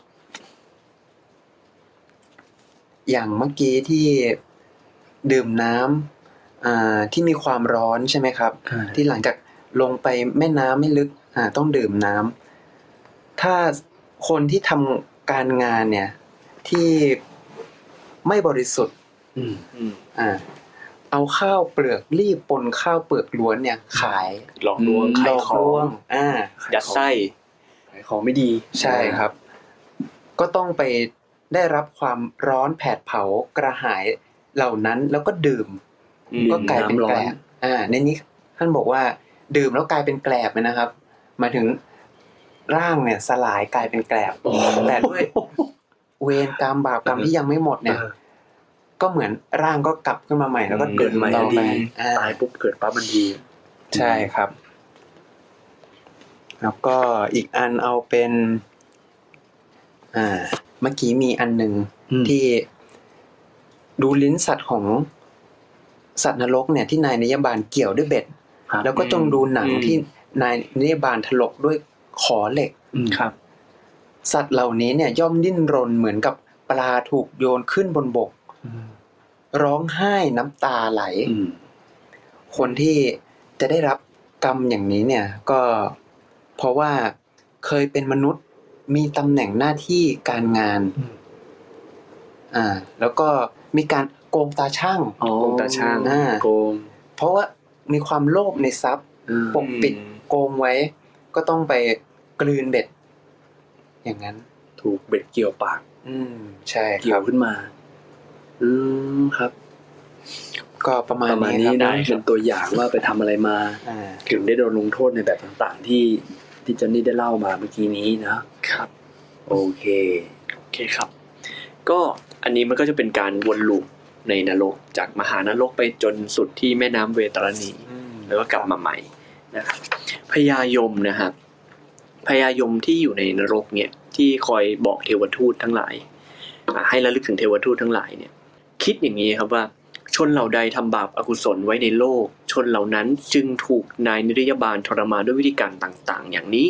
อย่างเมื่อกี้ที่ดื่มน้ำที่มีความร้อนใช่ไหมครับที่หลังจากลงไปแม่น้ำไม่ลึกต้องดื่มน้ำถ้าคนที่ทำการงานเนี่ยที่ไม่บริสุทธิ์เอาข้าวเปลือกรีบปนข้าวเปลือกล้วนเนี่ยขาย
หลอกลวงขายของยัดไส้
ขายของไม่ดี
ใช่ครับก็ต้องไปได้รับความร้อนแผดเผากระหายเหล่านั้นแล้วก็ดื่มก็กลายเป็นแกลบในนี้ท่านบอกว่าดื่มแล้วกลายเป็นแกลบนะครับหมายถึงร่างเนี่ยสลายกลายเป็นแกลบแต่ด้วยเวรกรรมบาปกรรมที่ยังไม่หมดเนี่ยก็เหมือนร่างก็กลับขึ้นมาใหม่แล้วก็
เกิดใหม่ดีตายปุ๊บเกิดปั๊บมันดี
ใช่ครับแล้วก็อีกอันเอาเป็นเมื่อกี้มีอันหนึ่งที่ดูลิ้นสัตว์ของสัตว์นรกเนี่ยที่นายนิยบาลเกี่ยวด้วยเบ็ดแล้วก็จงดูหนังที่นายนิยบาลถลกด้วยขอเหล็ก
ครับ
สัตว์เหล่านี้เนี่ยย่อมดิ้นรนเหมือนกับปลาถูกโยนขึ้นบนบกร้องไห้น้ำตาไหลคนที่จะได้รับกรรมอย่างนี้เนี่ยก็เพราะว่าเคยเป็นมนุษย์มีตำแหน่งหน้าที่การงานแล้วก็มีการโกงตาช่าง
โกงตาช่าง
โกงเพราะว่ามีความโลภในทรัพย์ปกปิดโกงไว้ก็ต้องไปกลืนเบ็ดอย่างนั้น
ถูกเบ็ดเกี่ยวปาก
ใช่
เกี่ยวขึ้นมาครับ
ก็ประมาณ
นี้นะเป็นตัวอย่างว่าไปทำอะไรมาถึงได้โดนลงโทษในแบบต่างๆที่จอนนี่ได้เล่ามาเมื่อกี้นี้นะครับโอเค
ครับก็อันนี้มันก็จะเป็นการวนลูปในนรกจากมหานรกไปจนสุดที่แม่น้ำเวตาลณีแล้วก็กลับมาใหม่นะครับพญายมนะครับพญายมที่อยู่ในนรกเนี่ยที่คอยบอกเทวทูตทั้งหลายให้ระลึกถึงเทวทูตทั้งหลายเนี่ยคิดอย่างนี้ครับว่าชนเหล่าใดทำบาปอกุศลไว้ในโลกชนเหล่านั้นจึงถูกนายนิรยาบาลทรมานด้วยวิธีการต่างๆอย่างนี้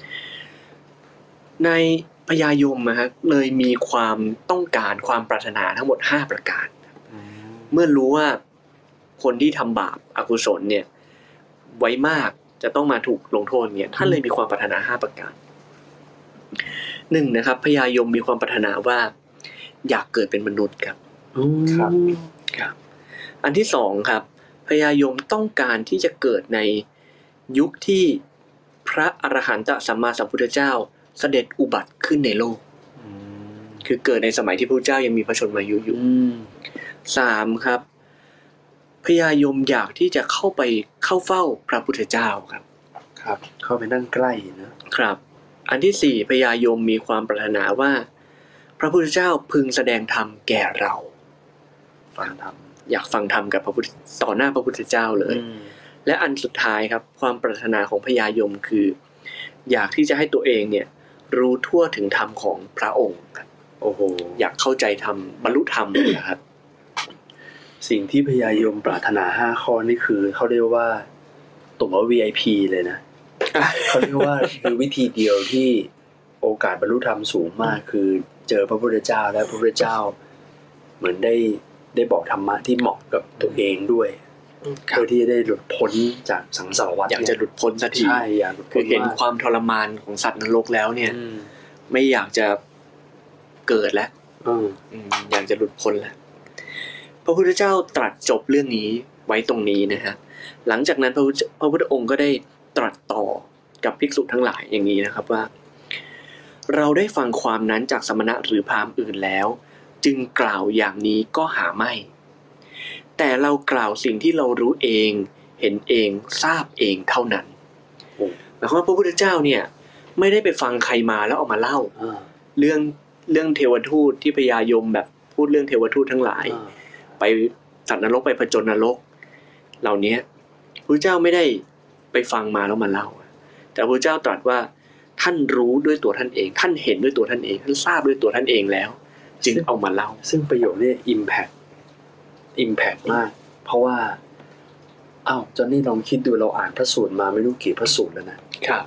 ในพญายมนะครับเลยมีความต้องการความปรารถนาทั้งหมด5ประการเมื่อรู้ว่าคนที่ทำบาปอกุศลเนี่ยไว้มากจะต้องมาถูกลงโทษเนี่ยท่านเลยมีความปรารถนา5ประการ1นะครับพญายมมีความปรารถนาว่าอยากเกิดเป็นมนุษย์ครับครับอันที่2ครับพญายมต้องการที่จะเกิดในยุคที่พระอรหันตสัมมาสัมพุทธเจ้าเสด็จอุบัติขึ้นในโลกคือเกิดในสมัยที่พระพุทธเจ้ายังมีพระชนมายุอยู่3ครับพญายมอยากที่จะเข้าเฝ้าพระพุทธเจ้าครับ
เข้าไปนั่งใกล้
นะครับอันที่4พญายมมีความปรารถนาว่าพระพุทธเจ้าพึงแสดงธรรมแก่เรา
ฟังธรรม
อยากฟังธรรมกับต่อหน้าพระพุทธเจ้าเลยและอันสุดท้ายครับความปรารถนาของพญายมคืออยากที่จะให้ตัวเองเนี่ยรู้ทั่วถึงธรรมของพระองค์
โอ้โห
อยากเข้าใจธรรมบรรลุธรรมนะครับ
สิ่งที่พญายมปรารถนา5ข้อนี่คือเขาเรียกว่าตั๋ว VIP เลยนะเขาเรียกว่าคือวิธีเดียวที่โอกาสบรรลุธรรมสูงมากคือเจอพระพุทธเจ้าและพระพุทธเจ้าเหมือนได้บอกธรรมะที่เหมาะกับตัวเองด้วยเพื่อที่จะได้หลุดพ้นจากสังสารวัฏ
อยากจะหลุดพ้นสักที
ใช่อยากหลุดพ้น
คือเห็นความทรมานของสัตว์นรกแล้วเนี่ยไม่อยากจะเกิดแล้วอยากจะหลุดพ้นแล้วพระพุทธเจ้าตรัสจบเรื่องนี้ไว้ตรงนี้นะฮะหลังจากนั้นพระพุทธองค์ก็ได้ตรัสต่อกับภิกษุทั้งหลายอย่างนี้นะครับว่าเราได้ฟังความนั้นจากสมณะหรือพราหมณ์อื่นแล้วจึงกล่าวอย่างนี้ก็หาไม่แต่เรากล่าวสิ่งที่เรารู้เองเห็นเองทราบเองเท่านั้นหมายความว่าพระพุทธเจ้าเนี่ยไม่ได้ไปฟังใครมาแล้วเอามาเล่าเรื่องเทวทูตที่พญายมแบบพูดเรื่องเทวทูตทั้งหลายไปสัตว์นรกไปผจญนรกเหล่านี้พระเจ้าไม่ได้ไปฟังมาแล้วมาเล่าแต่พระเจ้าตรัสว่าท่านรู้ด้วยตัวท่านเองท่านเห็นด้วยตัวท่านเองท่านทราบด้วยตัวท่านเองแล้วจึงเอามาเล่า
ซึ่งประโยคนี้ impact มากเพราะว่าจอนนี่ลองคิดดูเราอ่านพระสูตรมาไม่รู้กี่พระสูตรแล้วนะครับ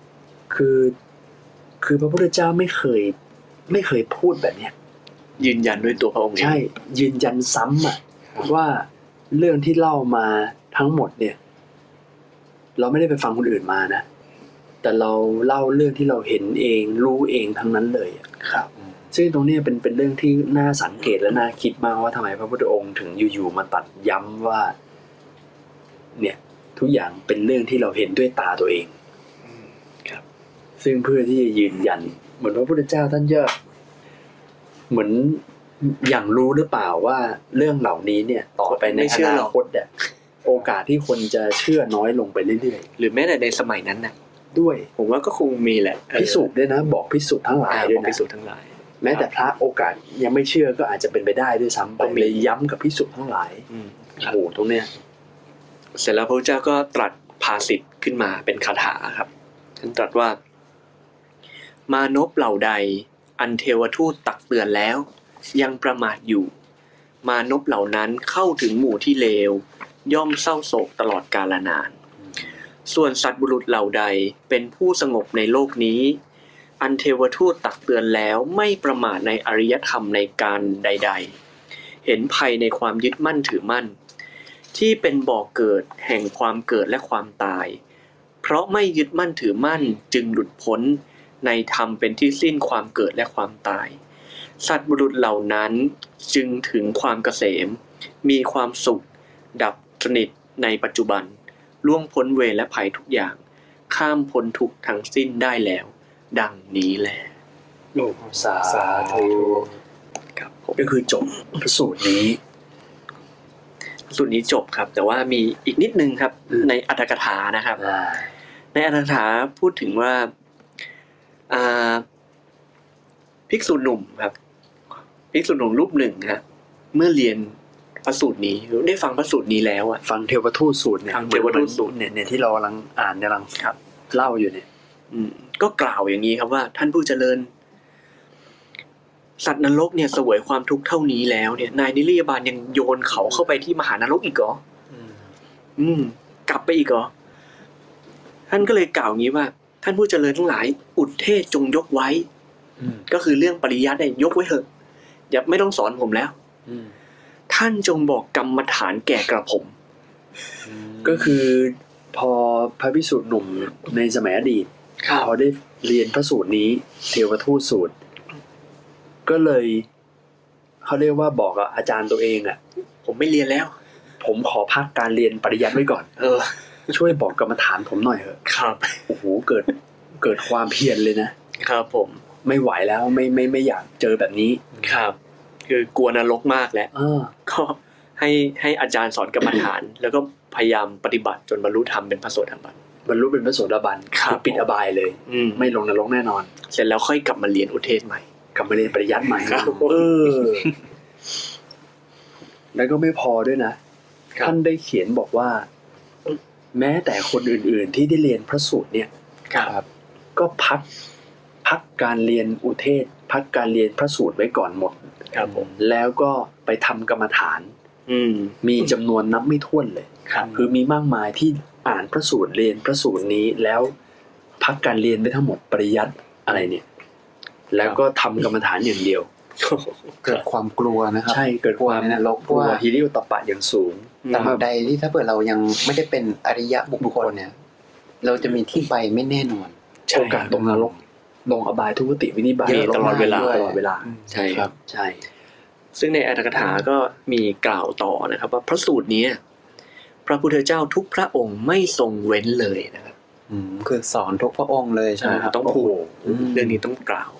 คือพระพุทธเจ้าไม่เคยพูดแบบเนี้ย
ยืนยันด้วยตัวพระองค์
ใช่ยืนยันซ้ำว่าเรื่องที่เล่ามาทั้งหมดเนี่ยเราไม่ได้ไปฟังคนอื่นมานะแต่เราเล่าเรื่องที่เราเห็นเองรู้เองทั้งนั้นเลย
ครับ
ซึ่งตรงนี้เป็นเรื่องที่น่าสังเกตและน่าคิดมากว่าทำไมพระพุทธองค์ถึงอยู่ๆมาตัดย้ำว่าเนี่ยทุกอย่างเป็นเรื่องที่เราเห็นด้วยตาตัวเอง
ครับ
ซึ่งเพื่อที่จะยืนยันเหมือนพระพุทธเจ้าท่านจะเหมือนอย่างรู้หรือเปล่าว่าเรื่องเหล่านี้เนี่ยต่อไปในอนาคตเนี่ยโอกาสที่คนจะเชื่อน้อยลงไปเรื่อย
ๆหรือแม้แต่ในสมัยนั้นนะ
ด้วย
ผมว่าก็คงมีแหละ
ภิกษุด้วยนะบอกภิกษุทั้งหลายด้วยนะ
ภิกษุทั้งหลาย
แม้แต่พระโอกาสยังไม่เชื่อก็อาจจะเป็นไปได้ด้วยซ้ำไปเลยย้ำกับภิกษุทั้งหลายโอ้ตรงเนี้ย
เสร็จแล้วพระเจ้าก็ตรัสภาษิตขึ้นมาเป็นคาถาครับท่านตรัสว่ามานพเหล่าใดอันเทวทูตตักเตือนแล้วยังประมาทอยู่มานพเหล่านั้นเข้าถึงหมู่ที่เลวย่อมเศร้าโศกตลอดกาลนานส่วนสัตว์บุรุษเหล่าใดเป็นผู้สงบในโลกนี้อันเทวทูตตักเตือนแล้วไม่ประมาทในอริยธรรมในการใดๆเห็นภัยในความยึดมั่นถือมั่นที่เป็นบ่อเกิดแห่งความเกิดและความตายเพราะไม่ยึดมั่นถือมั่นจึงหลุดพ้นในธรรมเป็นที่สิ้นความเกิดและความตายสัตว์บุรุษเหล่านั้นจึงถึงความเกษมมีความสุขดับสนิทในปัจจุบันล่วงพ้นเวรและภัยทุกอย่างข้ามพ้นทุกข์ทั้งสิ้นได้แล้วดังนี้แหละ
สาธุครับก็คือจบพระสูตรนี้
จบครับแต่ว่ามีอีกนิดนึงครับในอรรถกถานะครับในอรรถกถาพูดถึงว่าภิกษุหนุ่มครับภิกษุหนุ่มรูปหนึ่งครับเมื่อเรียนพระสูตรนี้ได้ฟังพระสูตรนี้แล้วอ่ะ
ฟังเทวทูตสูตรเนี่ย
เทวทูตสูตร
เนี่ยที่เรากำลังอ่านกำลังเล่าอยู่เนี่ย
ก็กล่าวอย่างนี้ครับว่าท่านผู้เจริญสัตว์นรกเนี่ยเสวยความทุกข์เท่านี้แล้วเนี่ยนายนิรยาบาลยังโยนเขาเข้าไปที่มหานรกอีกเหรอกลับไปอีกเหรอท่านก็เลยกล่าวงี้ว่าท่านผู้เจริญทั้งหลายอุทเทศจงยกไว้ก็คือเรื่องปริยัติเนี่ยยกไว้เถอะอย่าไม่ต้องสอนผมแล้วท่านจงบอกกรรมฐานแก่กระผม
ก็คือพอพระภิกษุหนุ่มในสมัยอดีตเขาได้เรียนพระสูตรนี้เทวทูตสูตรก็เลยเขาเรียกว่าบอกกับอาจารย์ตัวเองอ่ะ
ผมไม่เรียนแล้ว
ผมขอพักการเรียนปริยัติไว้ก่อนช่วยบอกกรรมฐานผมหน่อยเถอะ
ครับ
โอ้โหเกิดความเพียรเลย
นะครับผม
ไม่ไหวแล้วไม่อยากเจอแบบนี้
ครับคือกลัวนรกมากแล้วก็ให้อาจารย์สอนกรรมฐานแล้วก็พยายามปฏิบัติจนบรรลุธรรมเป็นพระโสดาบัน
บรรลุเป็นพระโสดาบันปิดอบายเลยไม่ลงนรกแน่นอน
เสร็จแล้วค่อยกลับมาเรียนอุเทศใหม่
กลับมาเรียนปริยัติใหม่แล้วก็ไม่พอด้วยนะท่านได้เขียนบอกว่าแม้แต่คนอื่นๆที่ได้เรียนพระสูตรเนี่ยก็พักการเรียนอุเทศพักการเรียนพระสูตรไว้ก่อนหมด
ครับผม
แล้วก็ไปทำกรรมฐานมีจำนวนนับไม่ถ้วนเลยคือมีมากมายที่อ่านพระสูตรเรียนพระสูตรนี้แล้วพักการเรียนไปทั้งหมดปริยัติอะไรเนี่ยแล้วก็ทำกรรมฐานอย่างเดียว
เกิดความกลัวนะครับ
ใช่เกิดความ
นรกกลัว
ฮิริโอตปะอย่างสูง
แต่ใดที่ถ้าเกิดเรายังไม่ได้เป็นอริยะบุคคลเนี่ยเราจะมีที่ไปไม่แน่นอน
โอกาสตกนรกลงอบายทุกขติวินิบาต
ตลอดเว
ลา
ใช่ครับ
ใช่
ซึ่งในอรรถกถาก็มีกล่าวต่อนะครับว่าพระสูตรนี้พระพุทธเจ้าทุกพระองค์ไม่ทรงเว้นเลยนะครับ
คือสอนทุกพระองค์เลยใช่ไหมครับ
ต้องพูดเรื่องนี้ต้องกล่าว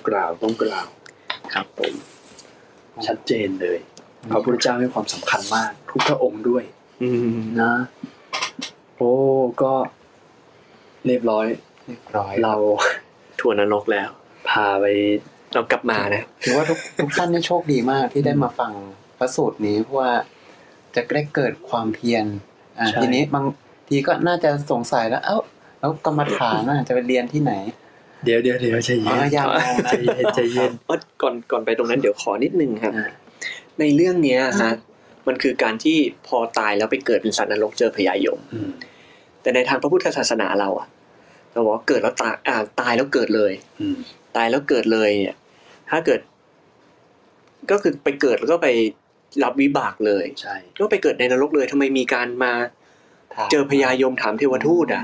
ครับผมชัดเจนเลยพระพุทธเจ้าให้ความสำคัญมากทุกพระองค์ด้วยนะโอ้ก็เรียบร้อยเรา
ทั่วนรกแล้ว
พาไป
เรากลับมานะ
ถือว่าทุกท่านนี่โชคดีมากที่ได้มาฟังพระสูตรนี้เพราะว่าจะได้เกิดความเพียรทีนี้บางทีก็น่าจะสงสัยแล้วแล้วกรรมฐานน่ะจะไปเรียนที่ไหน
เดี๋ยวใจเย็นใจเย็น
ก่อนไปตรงนั้นเดี๋ยวขอนิดนึงครับในเรื่องนี้ฮะมันคือการที่พอตายแล้วไปเกิดเป็นสัตว์นรกเจอพญายมแต่ในทางพระพุทธศาสนาเราบอกเกิดแล้วตายแล้วเกิดเลยตายแล้วเกิดเลยเนี่ยถ้าเกิดก็คือไปเกิดแล้วก็ไปรับวิบากเลยก็ไปเกิดในนรกเลยทำไมมีการมาเจอพญายมถามเทวทูต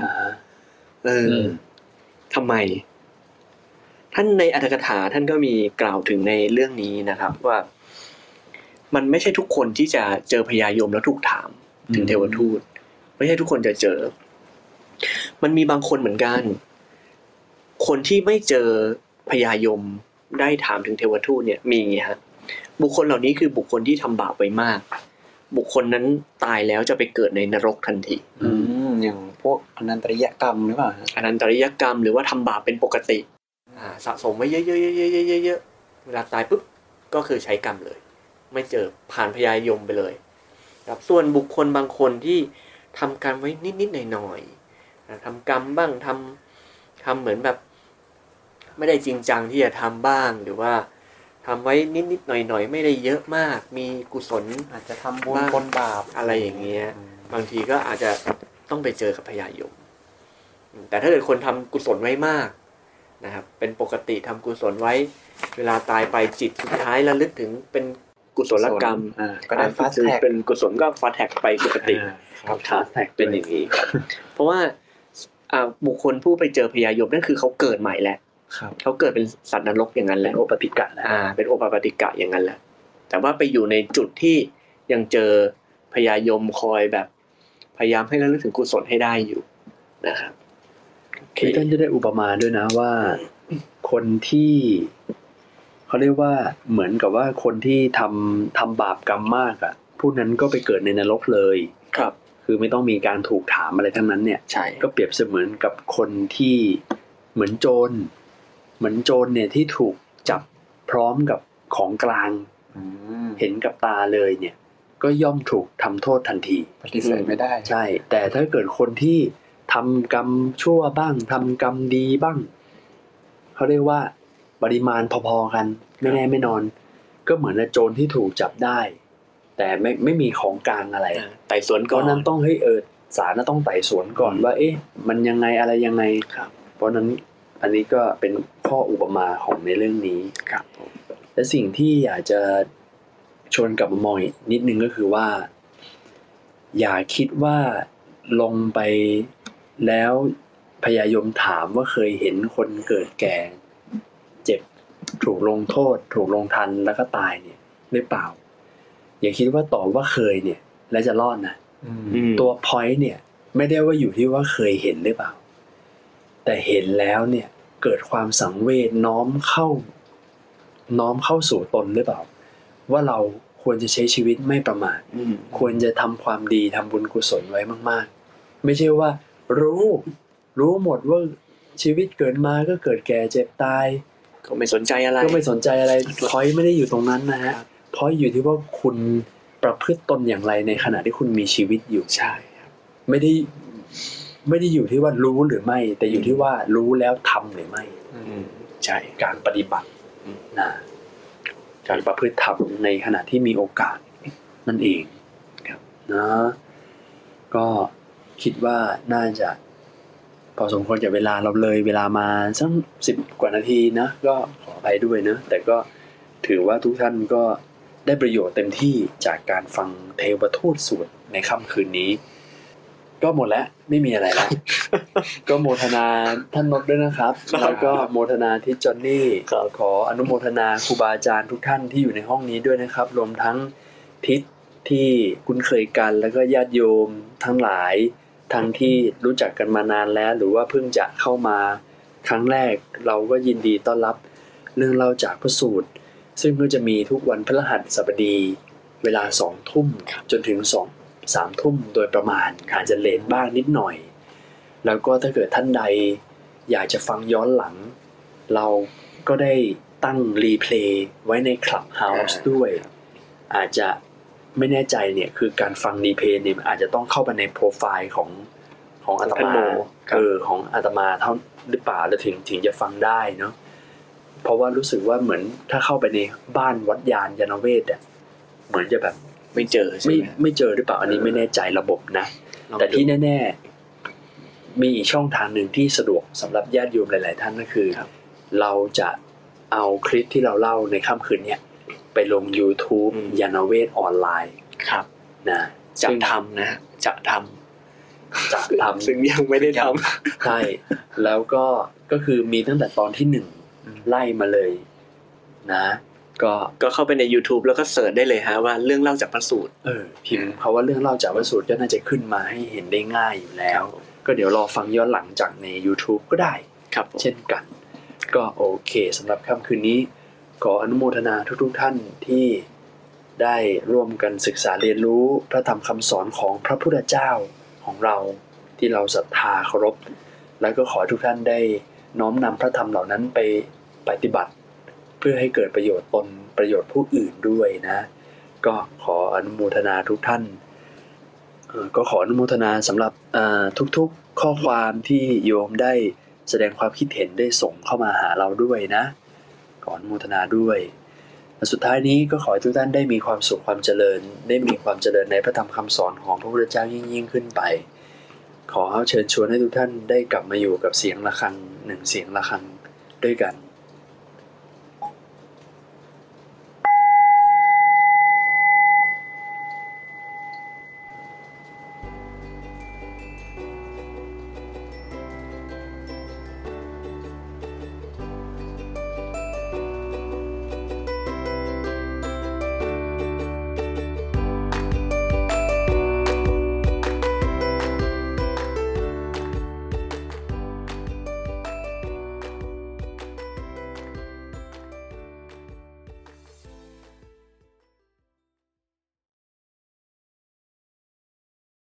ทำไมท่านในอรรถกถาท่านก็มีกล่าวถึงในเรื่องนี้นะครับว่ามันไม่ใช่ทุกคนที่จะเจอพญายมแล้วถูกถามถึงเทวทูตไม่ใช่ทุกคนจะเจอมันมีบางคนเหมือนกันคนที่ไม่เจอพญายมได้ถามถึงเทวทูตเนี่ยมีอย่างนี้ฮะบุคคลเหล่านี้คือบุคคลที่ทำบาปไว้มากบุคคลนั้นตายแล้วจะไปเกิดในนรกทันที
อย่างพวกอนันตริยกรรมหรือเปล่า
อนันตริยกรรมหรือว่าทำบาปเป็นปกติสะสมไว้เยอะๆเวลาตายปุ๊บก็คือใช้กรรมเลยไม่เจอผ่านพญายมไปเลยครับส่วนบุคคลบางคนที่ทำกรรมไว้นิดๆหน่อยๆทำกรรมบ้างทำเหมือนแบบไม่ได้จริงจังที่จะทำบ้างหรือว่าทำไว้นิดๆหน่อยๆไม่ได้เยอะมากมีกุศล
อาจจะทำบุญปนบาป
อะไรอย่างเงี้ยบางทีก็อาจจะต้องไปเจอกับพญายมแต่ถ้าเกิดคนทำกุศลไว้มากนะครับเป็นปกติทำกุศลไว้เวลาตายไปจิตสุดท้ายระลึกถึงเป็นกุศลกรรม
ก็ได้ฟาสแท็ก
เป็นกุศลก็ฟาสแท็กไปสุคติ
ครับฟาสแท็ก
เป็นอย่างนี้เพราะว่าบุคคลผู้ไปเจอพญายมนั่นคือเขาเกิดใหม่แล้วเขาเกิดเป็นสัตว์นรกอย่างนั้นแหละ
โอปติกะ
เป็นโอปติกะอย่างนั้นแหละแต่ว่าไปอยู่ในจุดที่ยังเจอพญายมคอยแบบพพยายามให้ระลึกถึงกุศลให้ได้อยู่นะครับ
คือท่านจะได้อุปมาด้วยนะว่าคนที่เขาเรียกว่าเหมือนกับว่าคนที่ทำบาปกรรมมากอ่ะผู้นั้นก็ไปเกิดในนรกเลย
ครับ
คือไม่ต้องมีการถูกถามอะไรทั้งนั้นเนี่ย
ใช่
ก็เปรียบเสมือนกับคนที่เหมือนโจรเนี่ยที่ถูกจับพร้อมกับของกลางเห็นกับตาเลยเนี่ยก็ย่อมถูกทำโทษทันที
ปฏิเสธไม่ได้
ใช่แต่ถ้าเกิดคนที่ทำกรรมชั่วบ้างทำกรรมดีบ้างเขาเรียกว่าปริมาณพอๆกันไม่แน่ไม่นอนก็เหมือนโจรที่ถูกจับได้แต่ไม่มีของกลางอะไร
ไต่สวนก่อน
เพราะนั้นต้องให้ศาลน่ะต้องไต่สวนก่อนว่าเอ๊ะมันยังไงอะไรยังไง
ครับ
เพราะนั้นอันนี้ก็เป็นข้ออุปมาของในเรื่องนี้
ครับ
และสิ่งที่อยากจะชวนกลับมามองอีกนิดนึงก็คือว่าอย่าคิดว่าลงไปแล้วพยายามถามว่าเคยเห็นคนเกิดแก่เจ็บถูกลงโทษถูกลงทันแล้วก็ตายเนี่ยหรือเปล่าอย่าคิดว่าตอบว่าเคยเนี่ยแล้วจะรอดนะตัว point เนี่ยไม่ได้ว่าอยู่ที่ว่าเคยเห็นหรือเปล่าแต่เห็นแล้วเนี่ยเกิดความสังเวชน้อมเข้าสู่ตนหรือเปล่าว่าเราควรจะใช้ชีวิตไม่ประมาทควรจะทำความดีทำบุญกุศลไว้มากๆไม่ใช่ว่ารู้หมดว่าชีวิตเกิดมาก็เกิดแก่เจ็บตาย
ก็ไม่สนใจอะไร
พอยไม่ได้อยู่ตรงนั้นนะฮะพอยอยู่ที่ว่าคุณประพฤติตนอย่างไรในขณะที่คุณมีชีวิตอยู่
ใช่
ไม่ได้อยู่ที่ว่ารู้หรือไม่แต่อยู่ที่ว่ารู้แล้วทำหรือไม่
ใช่
การปฏิบัตินะการประพฤติธรรมในขณะที่มีโอกาสนั่นเองครับนะก็คิดว่าน่าจะพอสมควรกับเวลาเราเลยเวลามาสัก10 กว่านาทีนะก็ขออภัยด้วยนะแต่ก็ถือว่าทุกท่านก็ได้ประโยชน์เต็มที่จากการฟังเทวทูตสวดในค่ำคืนนี้ก็หมดแล้วไม่มีอะไรแล้ว ก็โมทนาท่านนพด้วยนะครับแล้วก็โมทนาที่จอนนี่ขออนุโมทนาครูบาอาจารย์ทุกท่านที่อยู่ในห้องนี้ด้วยนะครับรวมทั้งทิศที่คุ้นเคยกันแล้วก็ญาติโยมทั้งหลายทั้งที่รู้จักกันมานานแล้วหรือว่าเพิ่งจะเข้ามาครั้งแรกเราก็ยินดีต้อนรับเรื่องเล่าจากพระสูตรซึ่งก็จะมีทุกวันพฤหัสบดีเวลา 20:00 นจนถึง3 ทุ่มโดยประมาณอาจจะเลทบ้างนิดหน่อยแล้วก็ถ้าเกิดท่านใดอยากจะฟังย้อนหลังเราก็ได้ตั้งรีเพลย์ไว้ใน Clubhouse ด้วยอาจจะไม่แน่ใจเนี่ยคือการฟังรีเพลย์เนี่ยอาจจะต้องเข้าไปในโปรไฟล์ของอาตมาของอาตมาเท่าหรือเปล่าแล้วถึงจะฟังได้เนาะเพราะว่ารู้สึกว่าเหมือนถ้าเข้าไปในบ้านวัดยานเวศอ่ะเหมือนจะแบบ
ไม่เจอใช่ไหม
ไม่เจอหรือเปล่าอันนี้ไม่แน่ใจระบบนะแต่ที่แน่ๆมีอีกช่องทางหนึ่งที่สะดวกสำหรับญาติโยมหลายๆท่านก็คือเราจะเอาคลิปที่เราเล่าในค่ำคืนนี้ไปลง YouTube ยานเวศออนไลน์
ครับ
นะ
จะทำซึ่งยังไม่ได้ท
ำใช่แล้วก็คือมีตั้งแต่ตอนที่1ไล่มาเลยนะก็
เข้าไปใน YouTube แล้วก็เสิร์ชได้เลยฮะว่าเรื่องเล่าจากพระสูตร
พิมพ์คำว่าเรื่องเล่าจากพระสูตรก็น่าจะขึ้นมาให้เห็นได้ง่ายอยู่แล้วก็เดี๋ยวรอฟังย้อนหลังจากใน YouTube ก็ได้
ครับ
เช่นกันก็โอเคสำหรับค่ำคืนนี้ขออนุโมทนาทุกท่านที่ได้ร่วมกันศึกษาเรียนรู้พระธรรมคำสอนของพระพุทธเจ้าของเราที่เราศรัทธาเคารพแล้วก็ขอทุกท่านได้น้อมนำพระธรรมเหล่านั้นไปปฏิบัติเพื่อให้เกิดประโยชน์ตนประโยชน์ผู้อื่นด้วยนะก็ขออนุโมทนาทุกท่านก็ขออนุโมทนาสำหรับทุกๆข้อความที่โยมได้แสดงความคิดเห็นได้ส่งเข้ามาหาเราด้วยนะขออนุโมทนาด้วยสุดท้ายนี้ก็ขอให้ทุกท่านได้มีความสุขความเจริญได้มีความเจริญในพระธรรมคำสอนของพระพุทธเจ้ายิ่งขึ้นไปขอเชิญชวนให้ทุกท่านได้กลับมาอยู่กับเสียงระฆัง1เสียงระฆังด้วยกัน